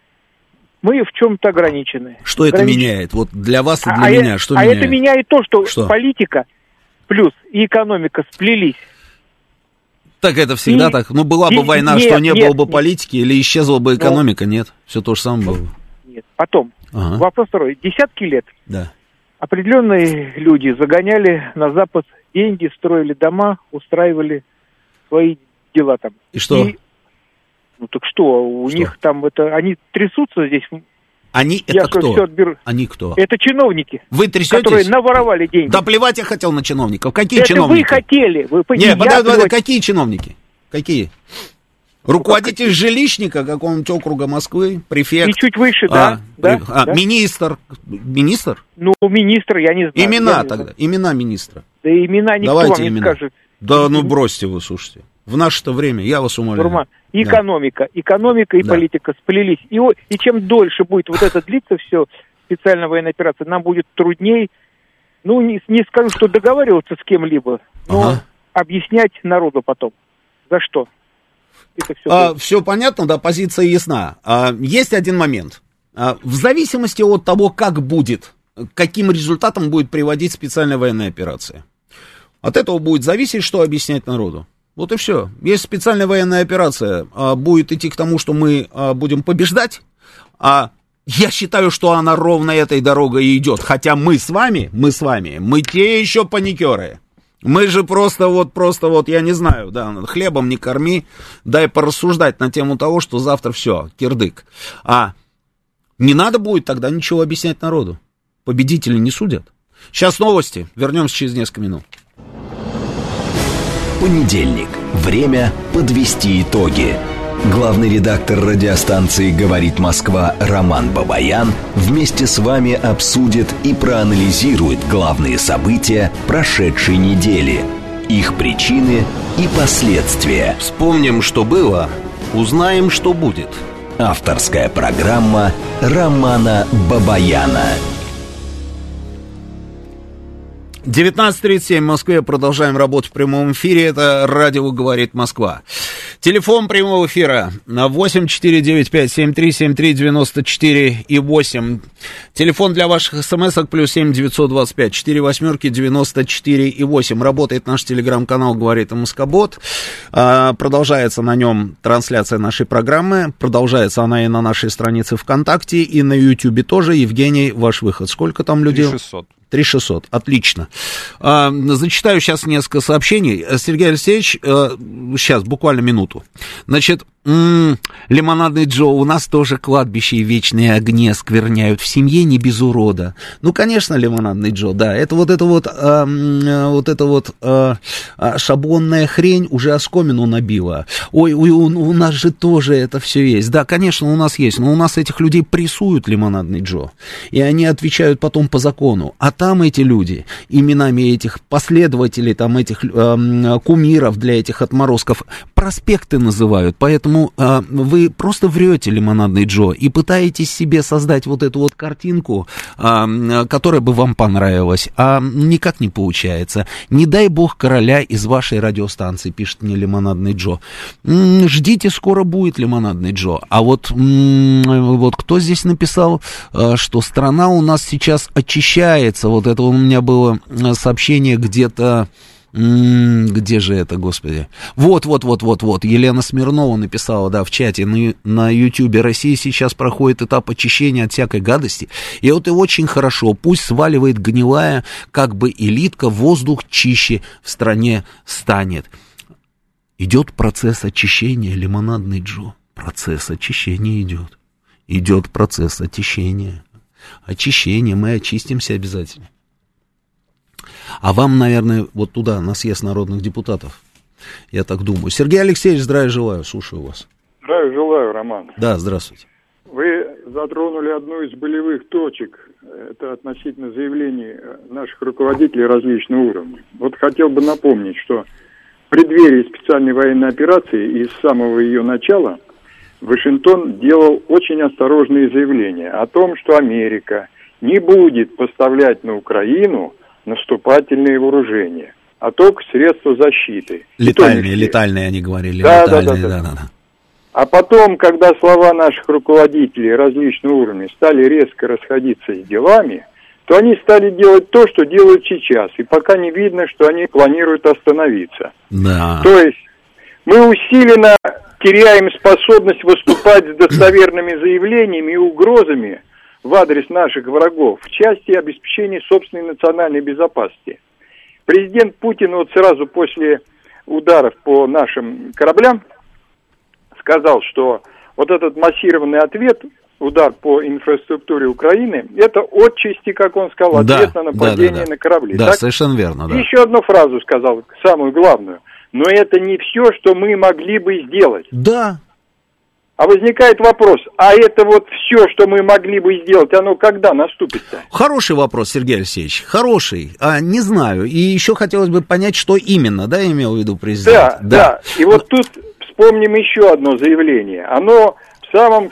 Мы в чем-то ограничены. Что это меняет? Вот для вас и для меня что меняет? А это меняет то, что политика плюс и экономика сплелись. Так это всегда так. Ну, была бы война, что не было бы политики, или исчезла бы экономика? Нет, все то же самое было. Нет. Потом, вопрос второй. Десятки лет определенные люди загоняли на Запад деньги, строили дома, устраивали свои дела там. И что? Ну так что, у них там это... Они трясутся здесь. Они это кто? Они кто? Это чиновники. Вы трясетесь? Которые наворовали деньги. Да плевать я хотел на чиновников. Какие это чиновники? Вы хотели. Нет, подожди, какие чиновники? Какие? Руководитель жилищника какого-нибудь округа Москвы, префект. И чуть выше, да. Министр. Министр? Ну, министр, я не знаю. Имена тогда, имена министра. Да имена никто вам не скажет. Да ну бросьте вы, слушайте. В наше-то время, я вас умоляю. Роман, экономика и политика сплелись. И чем дольше будет вот это длиться все, специальная военная операция, нам будет трудней, ну, не скажу, что договариваться с кем-либо, но объяснять народу потом. За что? Все понятно, да, позиция ясна. Есть один момент. В зависимости от того, как будет, каким результатом будет приводить специальная военная операция, от этого будет зависеть, что объяснять народу. Вот и все. Если специальная военная операция будет идти к тому, что мы будем побеждать, я считаю, что она ровно этой дорогой и идет. Хотя мы с вами, мы те еще паникеры. Мы же просто вот, я не знаю, да, хлебом не корми, дай порассуждать на тему того, что завтра все, кирдык. Не надо будет тогда ничего объяснять народу. Победители не судят. Сейчас новости, вернемся через несколько минут. Понедельник. Время подвести итоги. Главный редактор радиостанции «Говорит Москва» Роман Бабаян вместе с вами обсудит и проанализирует главные события прошедшей недели, их причины и последствия. Вспомним, что было, узнаем, что будет. Авторская программа Романа Бабаяна. 19:37 в Москве. Продолжаем работу в прямом эфире. Это радио «Говорит Москва». Телефон прямого эфира 8495-7373-94-8. Телефон для ваших смс-ок +7 925 48-94-8. Работает наш телеграм-канал «Говорит Москобот». Продолжается на нем трансляция нашей программы. Продолжается она и на нашей странице ВКонтакте, и на Ютьюбе тоже. Евгений, ваш выход. Сколько там людей? 3600. 3600, отлично. Зачитаю сейчас несколько сообщений. Сергей Алексеевич, сейчас, буквально минуту. Значит, Лимонадный Джо, у нас тоже кладбище и вечные огни оскверняют в семье не без урода. Ну, конечно, Лимонадный Джо, да, это шаблонная хрень уже оскомину набила. Ой, у нас же тоже это все есть. Да, конечно, у нас есть, но у нас этих людей прессуют, Лимонадный Джо, и они отвечают потом по закону. А там эти люди именами этих последователей, там этих кумиров для этих отморозков проспекты называют, поэтому вы просто врете, Лимонадный Джо, и пытаетесь себе создать вот эту вот картинку, которая бы вам понравилась, а никак не получается. Не дай бог короля из вашей радиостанции, пишет мне Лимонадный Джо. Ждите, скоро будет, Лимонадный Джо. А вот кто здесь написал, что страна у нас сейчас очищается. Вот это у меня было сообщение где-то. Где же это, господи? Вот. Елена Смирнова написала, да, в чате на Ютьюбе. Россия сейчас проходит этап очищения от всякой гадости. И вот и очень хорошо. Пусть сваливает гнилая, как бы элитка, воздух чище в стране станет. Идет процесс очищения, Лимонадный Джо. Процесс очищения идет. Идет процесс очищения. Очищение, мы очистимся обязательно. А вам, наверное, вот туда, на съезд народных депутатов, я так думаю. Сергей Алексеевич, здравия желаю, слушаю вас. Здравия желаю, Роман. Да, здравствуйте. Вы затронули одну из болевых точек это относительно заявлений наших руководителей различных уровней. Вот хотел бы напомнить, что в преддверии специальной военной операции и с самого ее начала Вашингтон делал очень осторожные заявления о том, что Америка не будет поставлять на Украину наступательные вооружения, а только средства защиты. Летальные они говорили. Да. А потом, когда слова наших руководителей различных уровней стали резко расходиться с делами, то они стали делать то, что делают сейчас, и пока не видно, что они планируют остановиться. Да. То есть мы усиленно теряем способность выступать с достоверными заявлениями и угрозами в адрес наших врагов в части обеспечения собственной национальной безопасности. Президент Путин вот сразу после ударов по нашим кораблям сказал, что вот этот массированный ответ, удар по инфраструктуре Украины, это отчасти, как он сказал, ответ на нападение на корабли. Да, так? совершенно верно. Да. И еще одну фразу сказал, самую главную. Но это не все, что мы могли бы сделать. Да. А возникает вопрос, а это вот все, что мы могли бы сделать, оно когда наступит-то? Хороший вопрос, Сергей Алексеевич, хороший. Не знаю. И еще хотелось бы понять, что именно, да, имел в виду президент? Да. И вот тут вспомним еще одно заявление. Оно в самом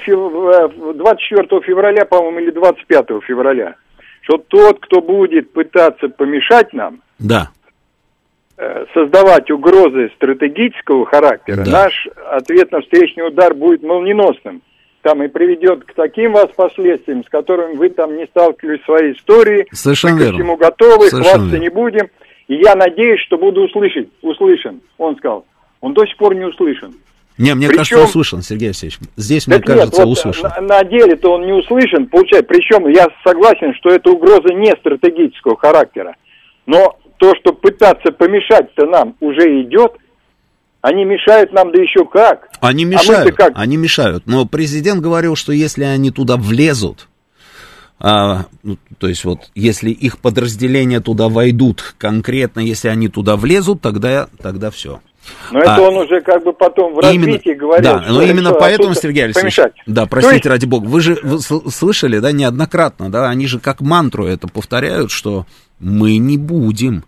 24 февраля, по-моему, или 25 февраля, что тот, кто будет пытаться помешать нам, да, создавать угрозы стратегического характера, да, наш ответ на встречный удар будет молниеносным. Там и приведет к таким вас последствиям, с которыми вы там не сталкивались в своей истории. Совершенно мы верно. ко всему готовы, Совершенно хвастаться верно. не будем. И я надеюсь, что буду услышан. Он сказал. Он до сих пор не услышан. Не, мне кажется, услышан, Сергей Алексеевич. Здесь, мне кажется, вот услышан. На деле-то он не услышан, получается. Причем я согласен, что эта угроза не стратегического характера. Но то, что пытаться помешать-то нам уже идет, они мешают нам, да еще как. Они мешают. Но президент говорил, что если они туда влезут, то есть вот, если их подразделения туда войдут, конкретно, если они туда влезут, тогда все. Но это он уже как бы потом в развитии говорил. Да, но именно поэтому, Сергей Алексеевич, да, простите, ради бога, вы же слышали, да, неоднократно, да, они же как мантру это повторяют, что мы не будем,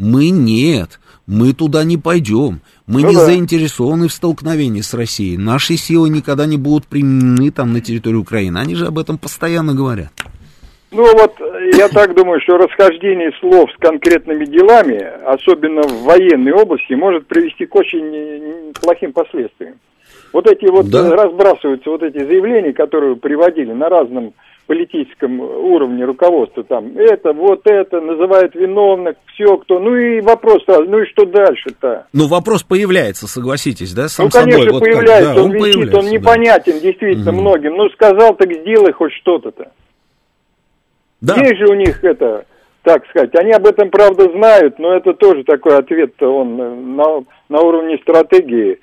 мы туда не пойдем, мы не заинтересованы в столкновении с Россией, наши силы никогда не будут применены там на территории Украины, они же об этом постоянно говорят. Ну вот, я так думаю, что расхождение слов с конкретными делами, особенно в военной области, может привести к очень плохим последствиям. Вот эти вот разбрасываются вот эти заявления, которые приводили на разном политическом уровне руководства, там, это, называют виновных, все кто, ну и вопрос сразу, ну и что дальше-то? Ну, вопрос появляется, согласитесь, да, сам собой? Ну, конечно, вот появляется, да, он висит, он непонятен действительно многим, ну, сказал, так сделай хоть что-то-то. Да. Есть же у них это, так сказать, они об этом, правда, знают, но это тоже такой ответ-то, он на уровне стратегии.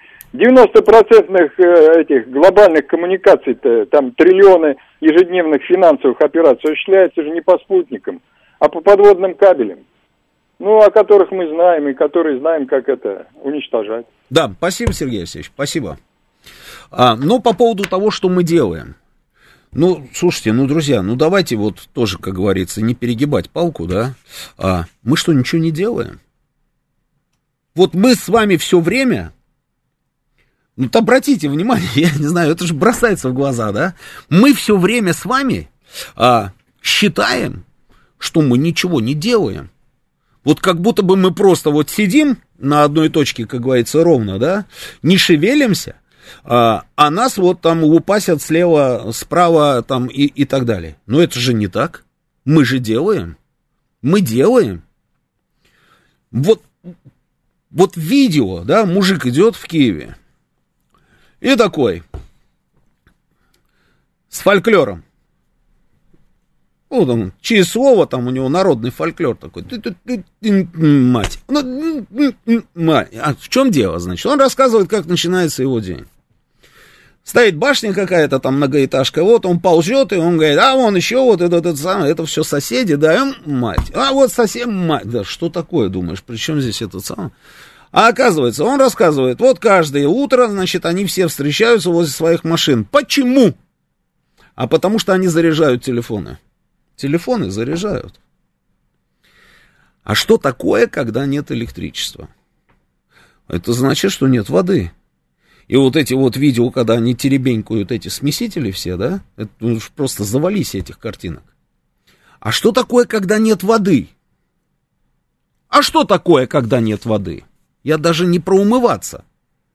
90% этих глобальных коммуникаций-то, там триллионы ежедневных финансовых операций осуществляются же не по спутникам, а по подводным кабелям. Ну, о которых мы знаем, и которые знаем, как это уничтожать. Да, спасибо, Сергей Алексеевич, спасибо. Ну, по поводу того, что мы делаем. Ну, слушайте, друзья, давайте вот тоже, как говорится, не перегибать палку, да? Мы что, ничего не делаем? Вот мы с вами все время... обратите внимание, я не знаю, это же бросается в глаза, да? Мы все время с вами считаем, что мы ничего не делаем. Вот как будто бы мы просто вот сидим на одной точке, как говорится, ровно, да? Не шевелимся, а нас вот там лупасят слева, справа там и так далее. Но это же не так. Мы же делаем. Мы делаем. Вот видео, да, мужик идет в Киеве. И такой, с фольклором. Вот он, через слово, там у него народный фольклор такой. Мать. Мать. А в чем дело, значит? Он рассказывает, как начинается его день. Стоит башня какая-то, там многоэтажка, вот он ползет, и он говорит, вон еще вот это самое, это все соседи, да, мать. Вот сосед, мать. Да что такое, думаешь, при чем здесь этот самый? А оказывается, он рассказывает, вот каждое утро, значит, они все встречаются возле своих машин. Почему? А потому что они заряжают телефоны. телефоны заряжают. А что такое, когда нет электричества? Это значит, что нет воды. И вот эти вот видео, когда они теребенькают эти смесители все, да, это просто завались этих картинок. А что такое, когда нет воды? А что такое, когда нет воды? Я даже не про умываться.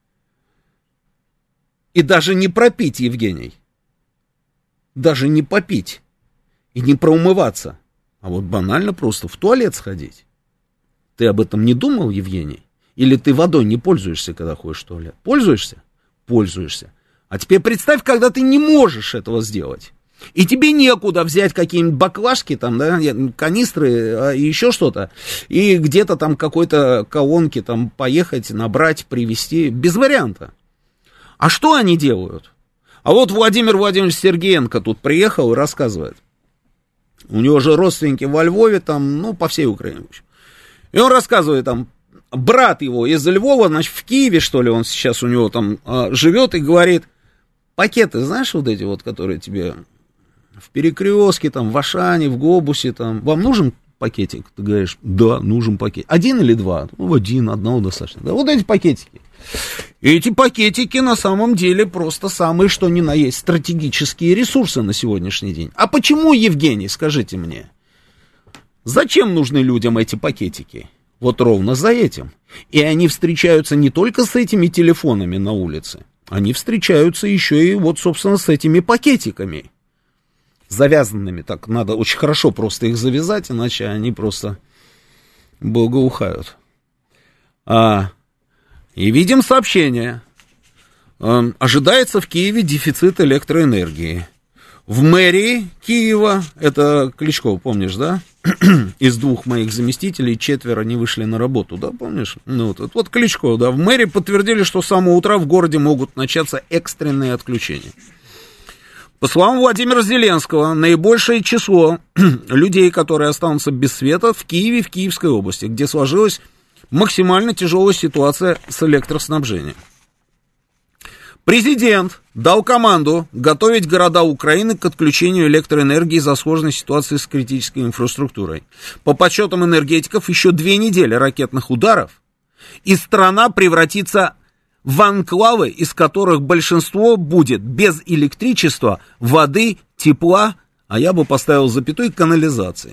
И даже не пропить, Евгений. Даже не попить. И не проумываться. А вот банально просто в туалет сходить. Ты об этом не думал, Евгений? Или ты водой не пользуешься, когда ходишь в туалет? Пользуешься? Пользуешься. А теперь представь, когда ты не можешь этого сделать. И тебе некуда взять какие-нибудь баклажки, там, да, канистры и еще что-то. И где-то там какой-то колонки там поехать, набрать, привезти. Без варианта. А что они делают? А вот Владимир Владимирович Сергеенко тут приехал и рассказывает. У него же родственники во Львове, там, ну, по всей Украине. И он рассказывает, там, брат его из Львова, значит, в Киеве, что ли, он сейчас у него там живет, и говорит, пакеты, знаешь, вот эти вот, которые тебе в Перекрестке, там, в Ашане, в Глобусе, там, вам нужен пакетик? Ты говоришь, да, нужен пакет. Один или два? Ну, один, одного достаточно. Да, вот эти пакетики. И эти пакетики на самом деле просто самые, что ни на есть, стратегические ресурсы на сегодняшний день. А почему, Евгений, скажите мне, зачем нужны людям эти пакетики? Вот ровно за этим. И они встречаются не только с этими телефонами на улице, они встречаются еще и вот, собственно, с этими пакетиками. Завязанными, так надо очень хорошо просто их завязать, иначе они просто благоухают. И видим сообщение. Ожидается в Киеве дефицит электроэнергии. В мэрии Киева, это Кличко, помнишь, да? Из двух моих заместителей 4 не вышли на работу, да, помнишь? Ну, вот Кличко, да, в мэрии подтвердили, что с самого утра в городе могут начаться экстренные отключения. По словам Владимира Зеленского, наибольшее число людей, которые останутся без света, в Киеве, в Киевской области, где сложилась максимально тяжелая ситуация с электроснабжением. Президент дал команду готовить города Украины к отключению электроэнергии из-за сложной ситуации с критической инфраструктурой. По подсчетам энергетиков, еще 2 недели ракетных ударов, и страна превратится в анклавы, из которых большинство будет без электричества, воды, тепла, а я бы поставил запятую, канализации.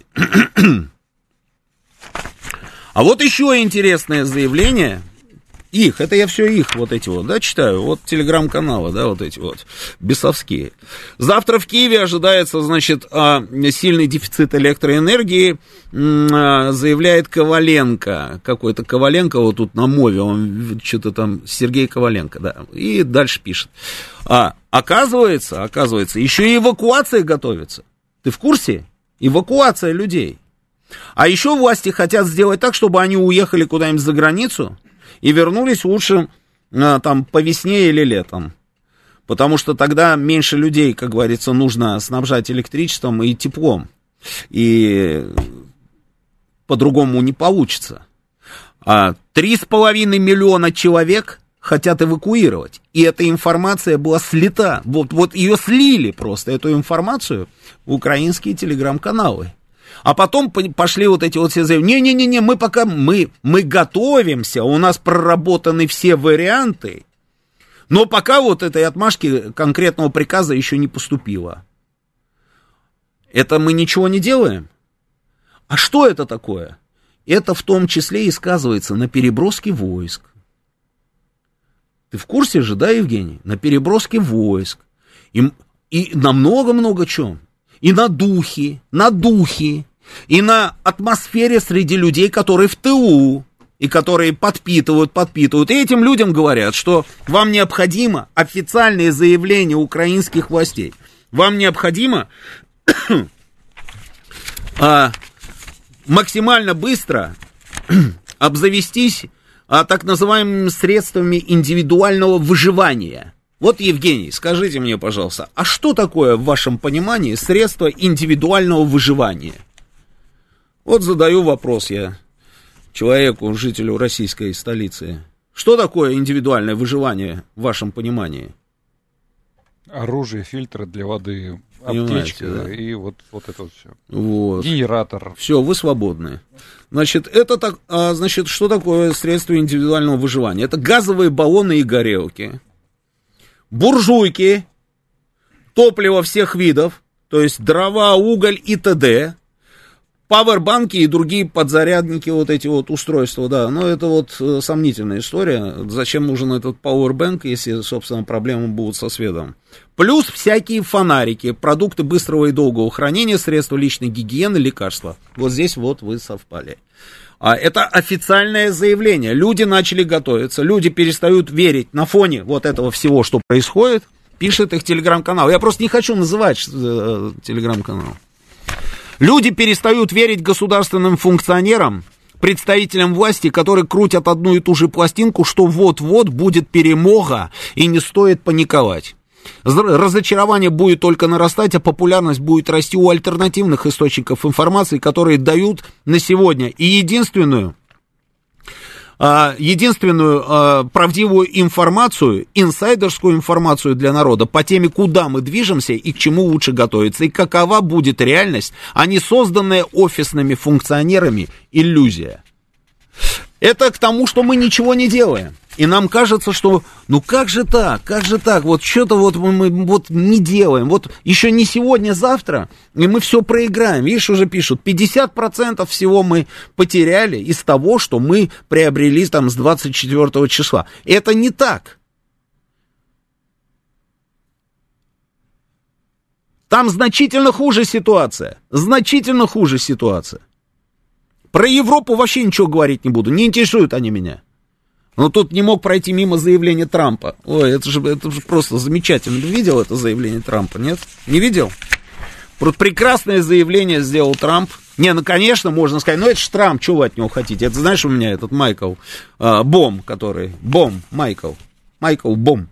А вот еще интересное заявление. Это я все их, вот эти вот, да, читаю, вот телеграм-каналы, да, вот эти вот, бесовские. Завтра в Киеве ожидается, значит, сильный дефицит электроэнергии, заявляет Коваленко, какой-то Коваленко, вот тут на мове, он что-то там, Сергей Коваленко, да, и дальше пишет. Оказывается, еще и эвакуация готовится. Ты в курсе? Эвакуация людей. А еще власти хотят сделать так, чтобы они уехали куда-нибудь за границу и вернулись лучше там по весне или летом. Потому что тогда меньше людей, как говорится, нужно снабжать электричеством и теплом. И по-другому не получится. 3,5 миллиона человек хотят эвакуировать. И эта информация была слита. Вот ее слили просто, эту информацию, в украинские телеграм-каналы. А потом пошли вот эти вот все заявления. Не-не-не, мы пока, мы готовимся, у нас проработаны все варианты, но пока вот этой отмашки конкретного приказа еще не поступило. Это мы ничего не делаем? А что это такое? Это в том числе и сказывается на переброске войск. Ты в курсе же, да, Евгений? На переброске войск. И на много-много чем. И на духе, и на атмосфере среди людей, которые в ТУ, и которые подпитывают. И этим людям говорят, что вам необходимо официальное заявление украинских властей. Вам необходимо максимально быстро обзавестись так называемыми средствами индивидуального выживания. Вот, Евгений, скажите мне, пожалуйста, а что такое в вашем понимании средство индивидуального выживания? Вот задаю вопрос я человеку, жителю российской столицы. Что такое индивидуальное выживание в вашем понимании? Оружие, фильтры для воды, аптечка, да? И вот это вот все. Вот. Генератор. Все, вы свободны. Значит, это так, значит, что такое средство индивидуального выживания? Это газовые баллоны и горелки, буржуйки, топливо всех видов, то есть дрова, уголь и т.д., пауэрбанки и другие подзарядники, вот эти вот устройства, да. Но это вот сомнительная история. Зачем нужен этот пауэрбанк, если, собственно, проблемы будут со светом? Плюс всякие фонарики, продукты быстрого и долгого хранения, средства личной гигиены, лекарства. Вот здесь вот вы совпали. Это официальное заявление. Люди начали готовиться, люди перестают верить на фоне вот этого всего, что происходит. Пишет их телеграм-канал. Я просто не хочу называть телеграм-канал. Люди перестают верить государственным функционерам, представителям власти, которые крутят одну и ту же пластинку, что вот-вот будет перемога и не стоит паниковать. Разочарование будет только нарастать, а популярность будет расти у альтернативных источников информации, которые дают на сегодня и единственную правдивую информацию, инсайдерскую информацию для народа по теме, куда мы движемся и к чему лучше готовиться, и какова будет реальность, а не созданная офисными функционерами иллюзия. Это к тому, что мы ничего не делаем. И нам кажется, что, ну как же так, вот что-то вот мы вот не делаем, вот еще не сегодня, завтра, и мы все проиграем. Видишь, уже пишут, 50% всего мы потеряли из того, что мы приобрели там с 24 числа. Это не так. Там значительно хуже ситуация. Про Европу вообще ничего говорить не буду, не интересуют они меня. Но тут не мог пройти мимо заявления Трампа. Ой, это же просто замечательно. Ты видел это заявление Трампа, нет? Не видел? Прекрасное заявление сделал Трамп. Не, ну, конечно, можно сказать, ну, это же Трамп, что вы от него хотите? Это, знаешь, у меня этот Майкл Бом, который... Майкл Бом.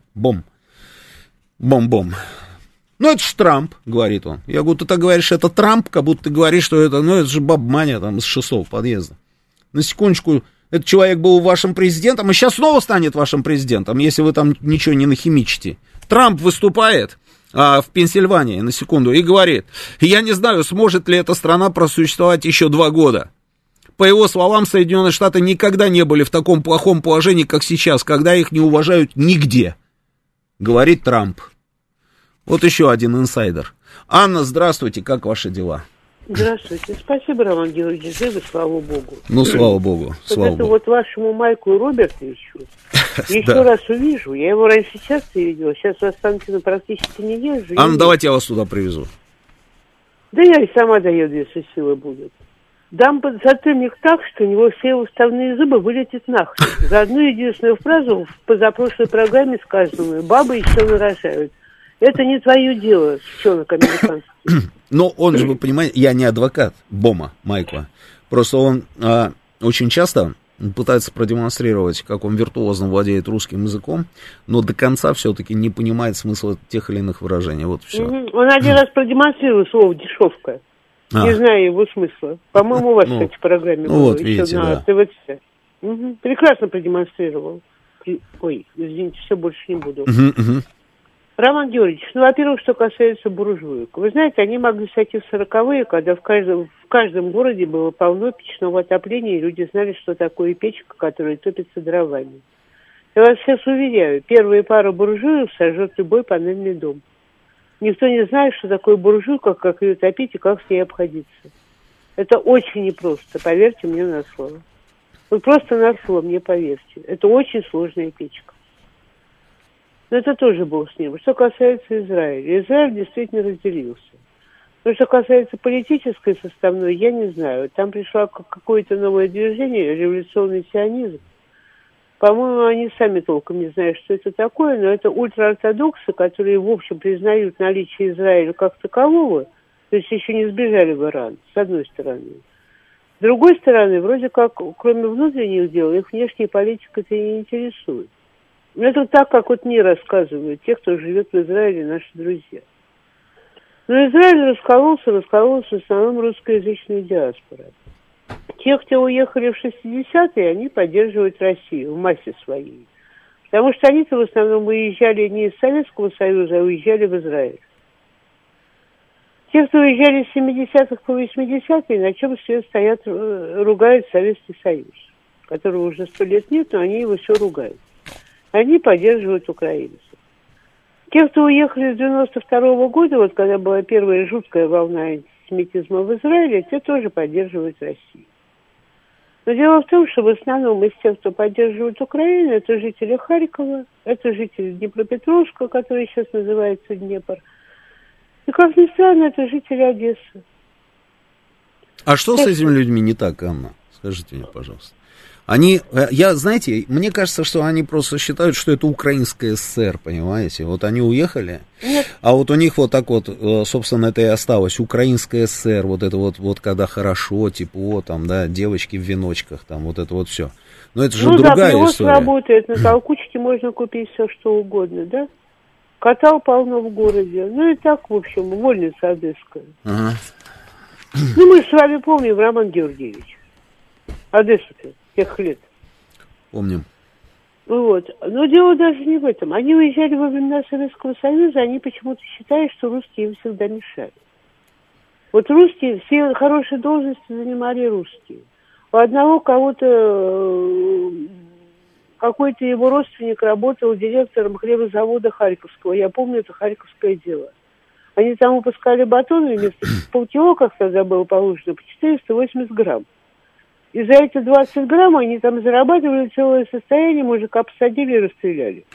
Ну, это же Трамп, говорит он. Я говорю, ты так говоришь, это Трамп, как будто ты говоришь, что это, ну, это же баба-маня там из 6-го подъезда. На секундочку... Этот человек был вашим президентом, и сейчас снова станет вашим президентом, если вы там ничего не нахимичите. Трамп выступает в Пенсильвании, на секунду, и говорит, я не знаю, сможет ли эта страна просуществовать еще 2 года. По его словам, Соединенные Штаты никогда не были в таком плохом положении, как сейчас, когда их не уважают нигде, говорит Трамп. Вот еще один инсайдер. Анна, здравствуйте, как ваши дела? Здравствуйте. Спасибо, Роман Георгиевич, живы, слава богу. Ну, слава богу. Вот вашему Майку Робертовичу еще раз увижу. Я его раньше часто видела, сейчас в Останкино практически не езжу. Анна, давайте я вас туда привезу. Да я и сама доеду, если силы будет. Дам подзатыльник так, что у него все уставные зубы вылетят нахрен. За одну единственную фразу в позапрошлой программе сказанную: бабы еще нарожают. Это не твое дело, девчонок американских. Но он же, вы понимаете, я не адвокат Бома Майкла. Просто он очень часто пытается продемонстрировать, как он виртуозно владеет русским языком, но до конца все-таки не понимает смысла тех или иных выражений. Вот все. Он один раз продемонстрировал слово «дешевка». Не знаю его смысла. По-моему, у вас, кстати, в программе было. Вот, видите, на ТВЦ. Прекрасно продемонстрировал. Ой, извините, все, больше не буду. Роман Георгиевич, ну, во-первых, что касается буржуек. Вы знаете, они могли сойти в 40-е, когда в каждом городе было полно печного отопления, и люди знали, что такое печка, которая топится дровами. Я вас сейчас уверяю, первая пара буржуев сожжет любой панельный дом. Никто не знает, что такое буржуйка, как ее топить и как с ней обходиться. Это очень непросто, поверьте мне на слово. Вы просто на слово мне поверьте. Это очень сложная печка. Но это тоже был с ним. Что касается Израиля. Израиль действительно разделился. Но что касается политической составной, я не знаю. Там пришло какое-то новое движение, революционный сионизм. По-моему, они сами толком не знают, что это такое, но это ультраортодоксы, которые, в общем, признают наличие Израиля как такового, то есть еще не сбежали в Иран, с одной стороны. С другой стороны, вроде как, кроме внутренних дел, их внешняя политика-то и не интересует. Это так, как вот мне рассказывают те, кто живет в Израиле, наши друзья. Но Израиль раскололся в основном русскоязычная диаспора. Те, кто уехали в 60-е, они поддерживают Россию в массе своей. Потому что они-то в основном уезжали не из Советского Союза, а уезжали в Израиль. Те, кто уезжали с 70-х по 80-е, на чем все стоят, ругают Советский Союз, которого уже 100 лет нет, но они его все ругают. Они поддерживают украинцев. Те, кто уехали с 92-го года, вот когда была первая жуткая волна антисемитизма в Израиле, те тоже поддерживают Россию. Но дело в том, что в основном из тех, кто поддерживает Украину, это жители Харькова, это жители Днепропетровска, который сейчас называется Днепр. И, как ни странно, это жители Одессы. А что с этими людьми не так, Анна? Скажите мне, пожалуйста. Знаете, мне кажется, что они просто считают, что это Украинская ССР, понимаете? Вот они уехали, Нет. А вот у них вот так вот, собственно, это и осталось. Украинская ССР, вот это вот когда хорошо, тепло, там, да, девочки в веночках, там, вот это вот все. Но это же другая история. Работает, на толкучке можно купить все, что угодно, да? Катал полно в городе. Ну и так, в общем, вольница одесская. Ага. Ну, мы же с вами помним, Роман Георгиевич. Одессу-то, тех лет. Помним. Вот. Но дело даже не в этом. Они уезжали во времена Советского Союза, они почему-то считают, что русские им всегда мешали. Вот русские, все хорошие должности занимали русские. У одного какой-то его родственник работал директором хлебозавода Харьковского. Я помню, это харьковское дело. Они там выпускали батоны, вместо полкило, как тогда было положено, по 480 грамм. И за эти 20 грамм они там зарабатывали целое состояние, мужика посадили и расстреляли.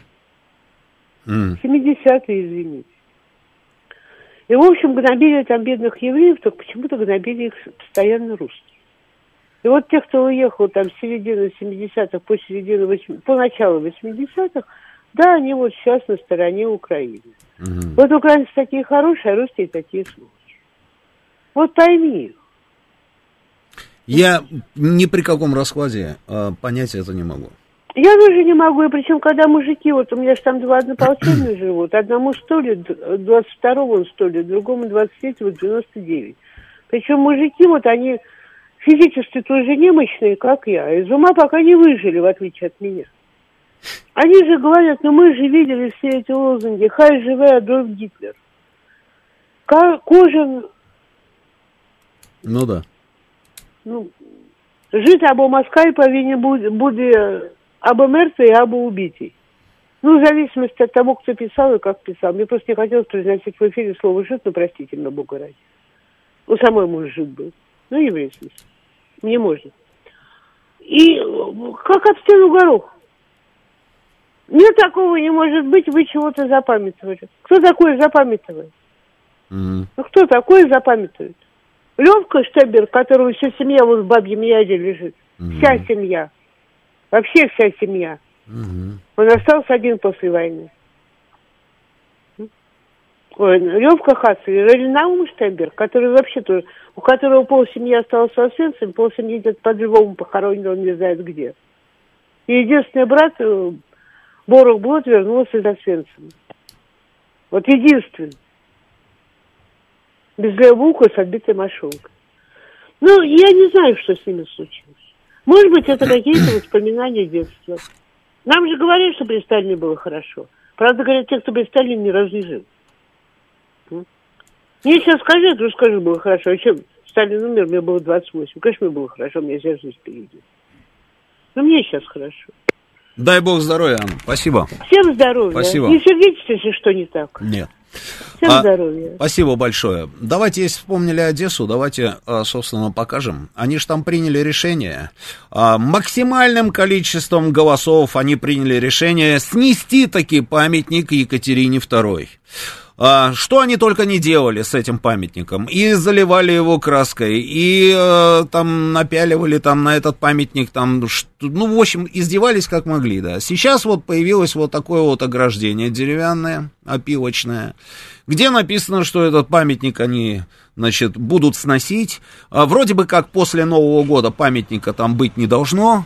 70-е, извините. И, в общем, гнобили там бедных евреев, только почему-то гнобили их постоянно русские. И вот те, кто уехал там с середины 70-х по началу 80-х, да, они вот сейчас на стороне Украины. Вот украинцы такие хорошие, а русские такие сволочи. Вот пойми их. Я ни при каком раскладе понять это не могу. Я тоже не могу, и причем, когда мужики, вот у меня же там два однополчения живут, одному 100 лет, 22-му он 100 лет, другому 23-му 99. Причем мужики, вот они физически тоже немощные, как я, из ума пока не выжили, в отличие от меня. Они же говорят, ну мы же видели все эти лозунги, хай живе Адольф Гитлер. Кожин... Ну да. Ну, жить або Москвой повинен будет або мертвый, або убитый. Ну, в зависимости от того, кто писал и как писал. Мне просто не хотелось произносить в эфире слово «жид», но простите меня, Бога ради. У самой муж жид был. Ну, еврей, в смысле. Мне можно. И как об стену горох. Нет, такого не может быть, вы чего-то запамятовали. Кто такое запамятовает? Ну, кто такое запамятует? Левка Штебер, которого вся семья вот в бабьем яде лежит. Вся семья. Вообще вся семья. Он остался один после войны. Ой, Левка Хацель, или Наум Штебер, который вообще тоже, у которого полсемьи осталось в Освенциме, полсемьи где-то под Львовом похоронен, он не знает где. И единственный брат, Борух Блот, вернулся из Освенцима. Вот единственный. Без левуха с отбитой мошонкой. Ну, я не знаю, что с ними случилось. Может быть, это какие-то воспоминания детства. Нам же говорят, что при Сталине было хорошо. Правда, говорят, те, кто при Сталине ни разу не жил. Мне сейчас скажи, я тоже скажу, было хорошо. А чем Сталин умер, мне было 28. Конечно, мне было хорошо, у меня вся жизнь впереди. Но мне сейчас хорошо. Дай бог здоровья, Анна. Спасибо. Всем здоровья. Спасибо. Не сердитесь, если что не так. Нет. Всем здоровья. Спасибо большое. Давайте, если вспомнили Одессу, давайте, собственно, покажем. Они же там приняли решение. Максимальным количеством голосов они приняли решение снести таки памятник Екатерине II. Что они только не делали с этим памятником. И заливали его краской, и там напяливали там на этот памятник, там, ну, в общем, издевались как могли, да. Сейчас вот появилось вот такое вот ограждение деревянное, опилочное, где написано, что этот памятник они, значит, будут сносить. Вроде бы как после Нового года памятника там быть не должно.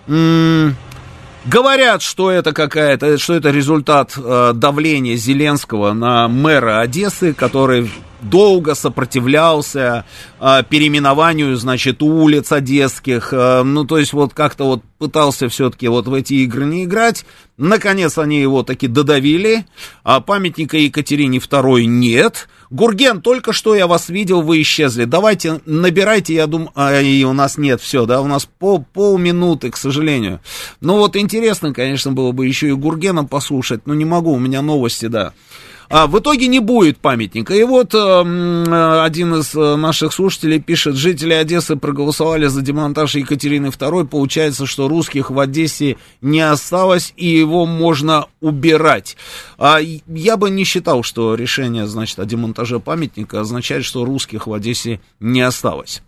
Говорят, что это что это результат давления Зеленского на мэра Одессы, который долго сопротивлялся переименованию, значит, улиц одесских, ну, то есть вот как-то вот пытался все-таки вот в эти игры не играть. Наконец они его таки додавили, а памятника Екатерине II нет. Гурген, только что я вас видел, вы исчезли. Давайте, набирайте, я думаю... и у нас нет, все, да, у нас полминуты, к сожалению. Ну вот интересно, конечно, было бы еще и Гургена послушать, но не могу, у меня новости, да. В итоге не будет памятника. И вот один из наших слушателей пишет: жители Одессы проголосовали за демонтаж Екатерины II. Получается, что русских в Одессе не осталось, и его можно убирать. Я бы не считал, что решение, значит, о демонтаже памятника означает, что русских в Одессе не осталось.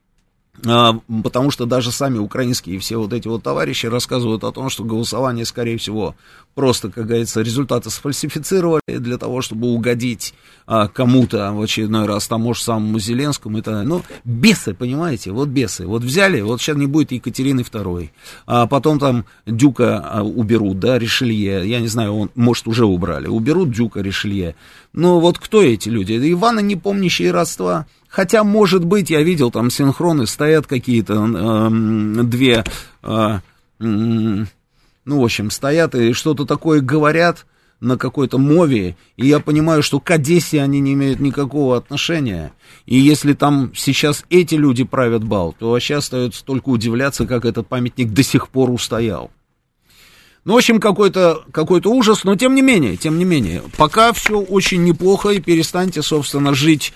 Потому что даже сами украинские все вот эти вот товарищи рассказывают о том, что голосование, скорее всего, просто, как говорится, результаты сфальсифицировали для того, чтобы угодить кому-то в очередной раз, тому же самому Зеленскому и так далее. Ну, бесы, понимаете, вот бесы. Вот взяли, вот сейчас не будет Екатерины II, а потом там Дюка уберут, да, Ришелье, я не знаю, он, может, уже убрали, уберут Дюка, Ришелье. Ну, вот кто эти люди? Иваны, не помнящие родства. Хотя, может быть, я видел, там синхроны, стоят какие-то две, ну, в общем, стоят и что-то такое говорят на какой-то мове, и я понимаю, что к Одессе они не имеют никакого отношения. И если там сейчас эти люди правят бал, то вообще остается только удивляться, как этот памятник до сих пор устоял. Ну, в общем, какой-то ужас, но тем не менее, пока все очень неплохо, и перестаньте, собственно, жить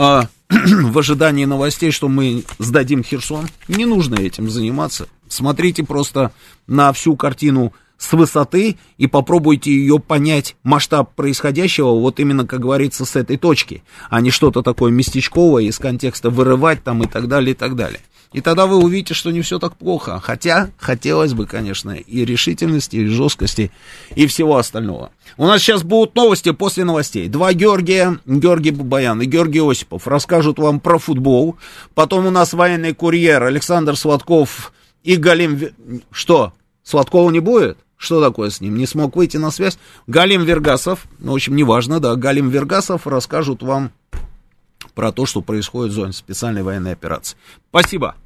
в ожидании новостей, что мы сдадим Херсон. Не нужно этим заниматься. Смотрите просто на всю картину с высоты и попробуйте ее понять, масштаб происходящего, вот именно, как говорится, с этой точки, а не что-то такое местечковое из контекста вырывать там и так далее, и так далее. И тогда вы увидите, что не все так плохо. Хотя хотелось бы, конечно, и решительности, и жесткости, и всего остального. У нас сейчас будут новости после новостей. Два Георгия, Георгий Бабаян и Георгий Осипов расскажут вам про футбол. Потом у нас военный курьер Александр Сладков и Галим... Что? Сладкова не будет? Что такое с ним? Не смог выйти на связь? Галим Вергасов, ну, в общем, неважно, да, Галим Вергасов расскажут вам про то, что происходит в зоне специальной военной операции. Спасибо.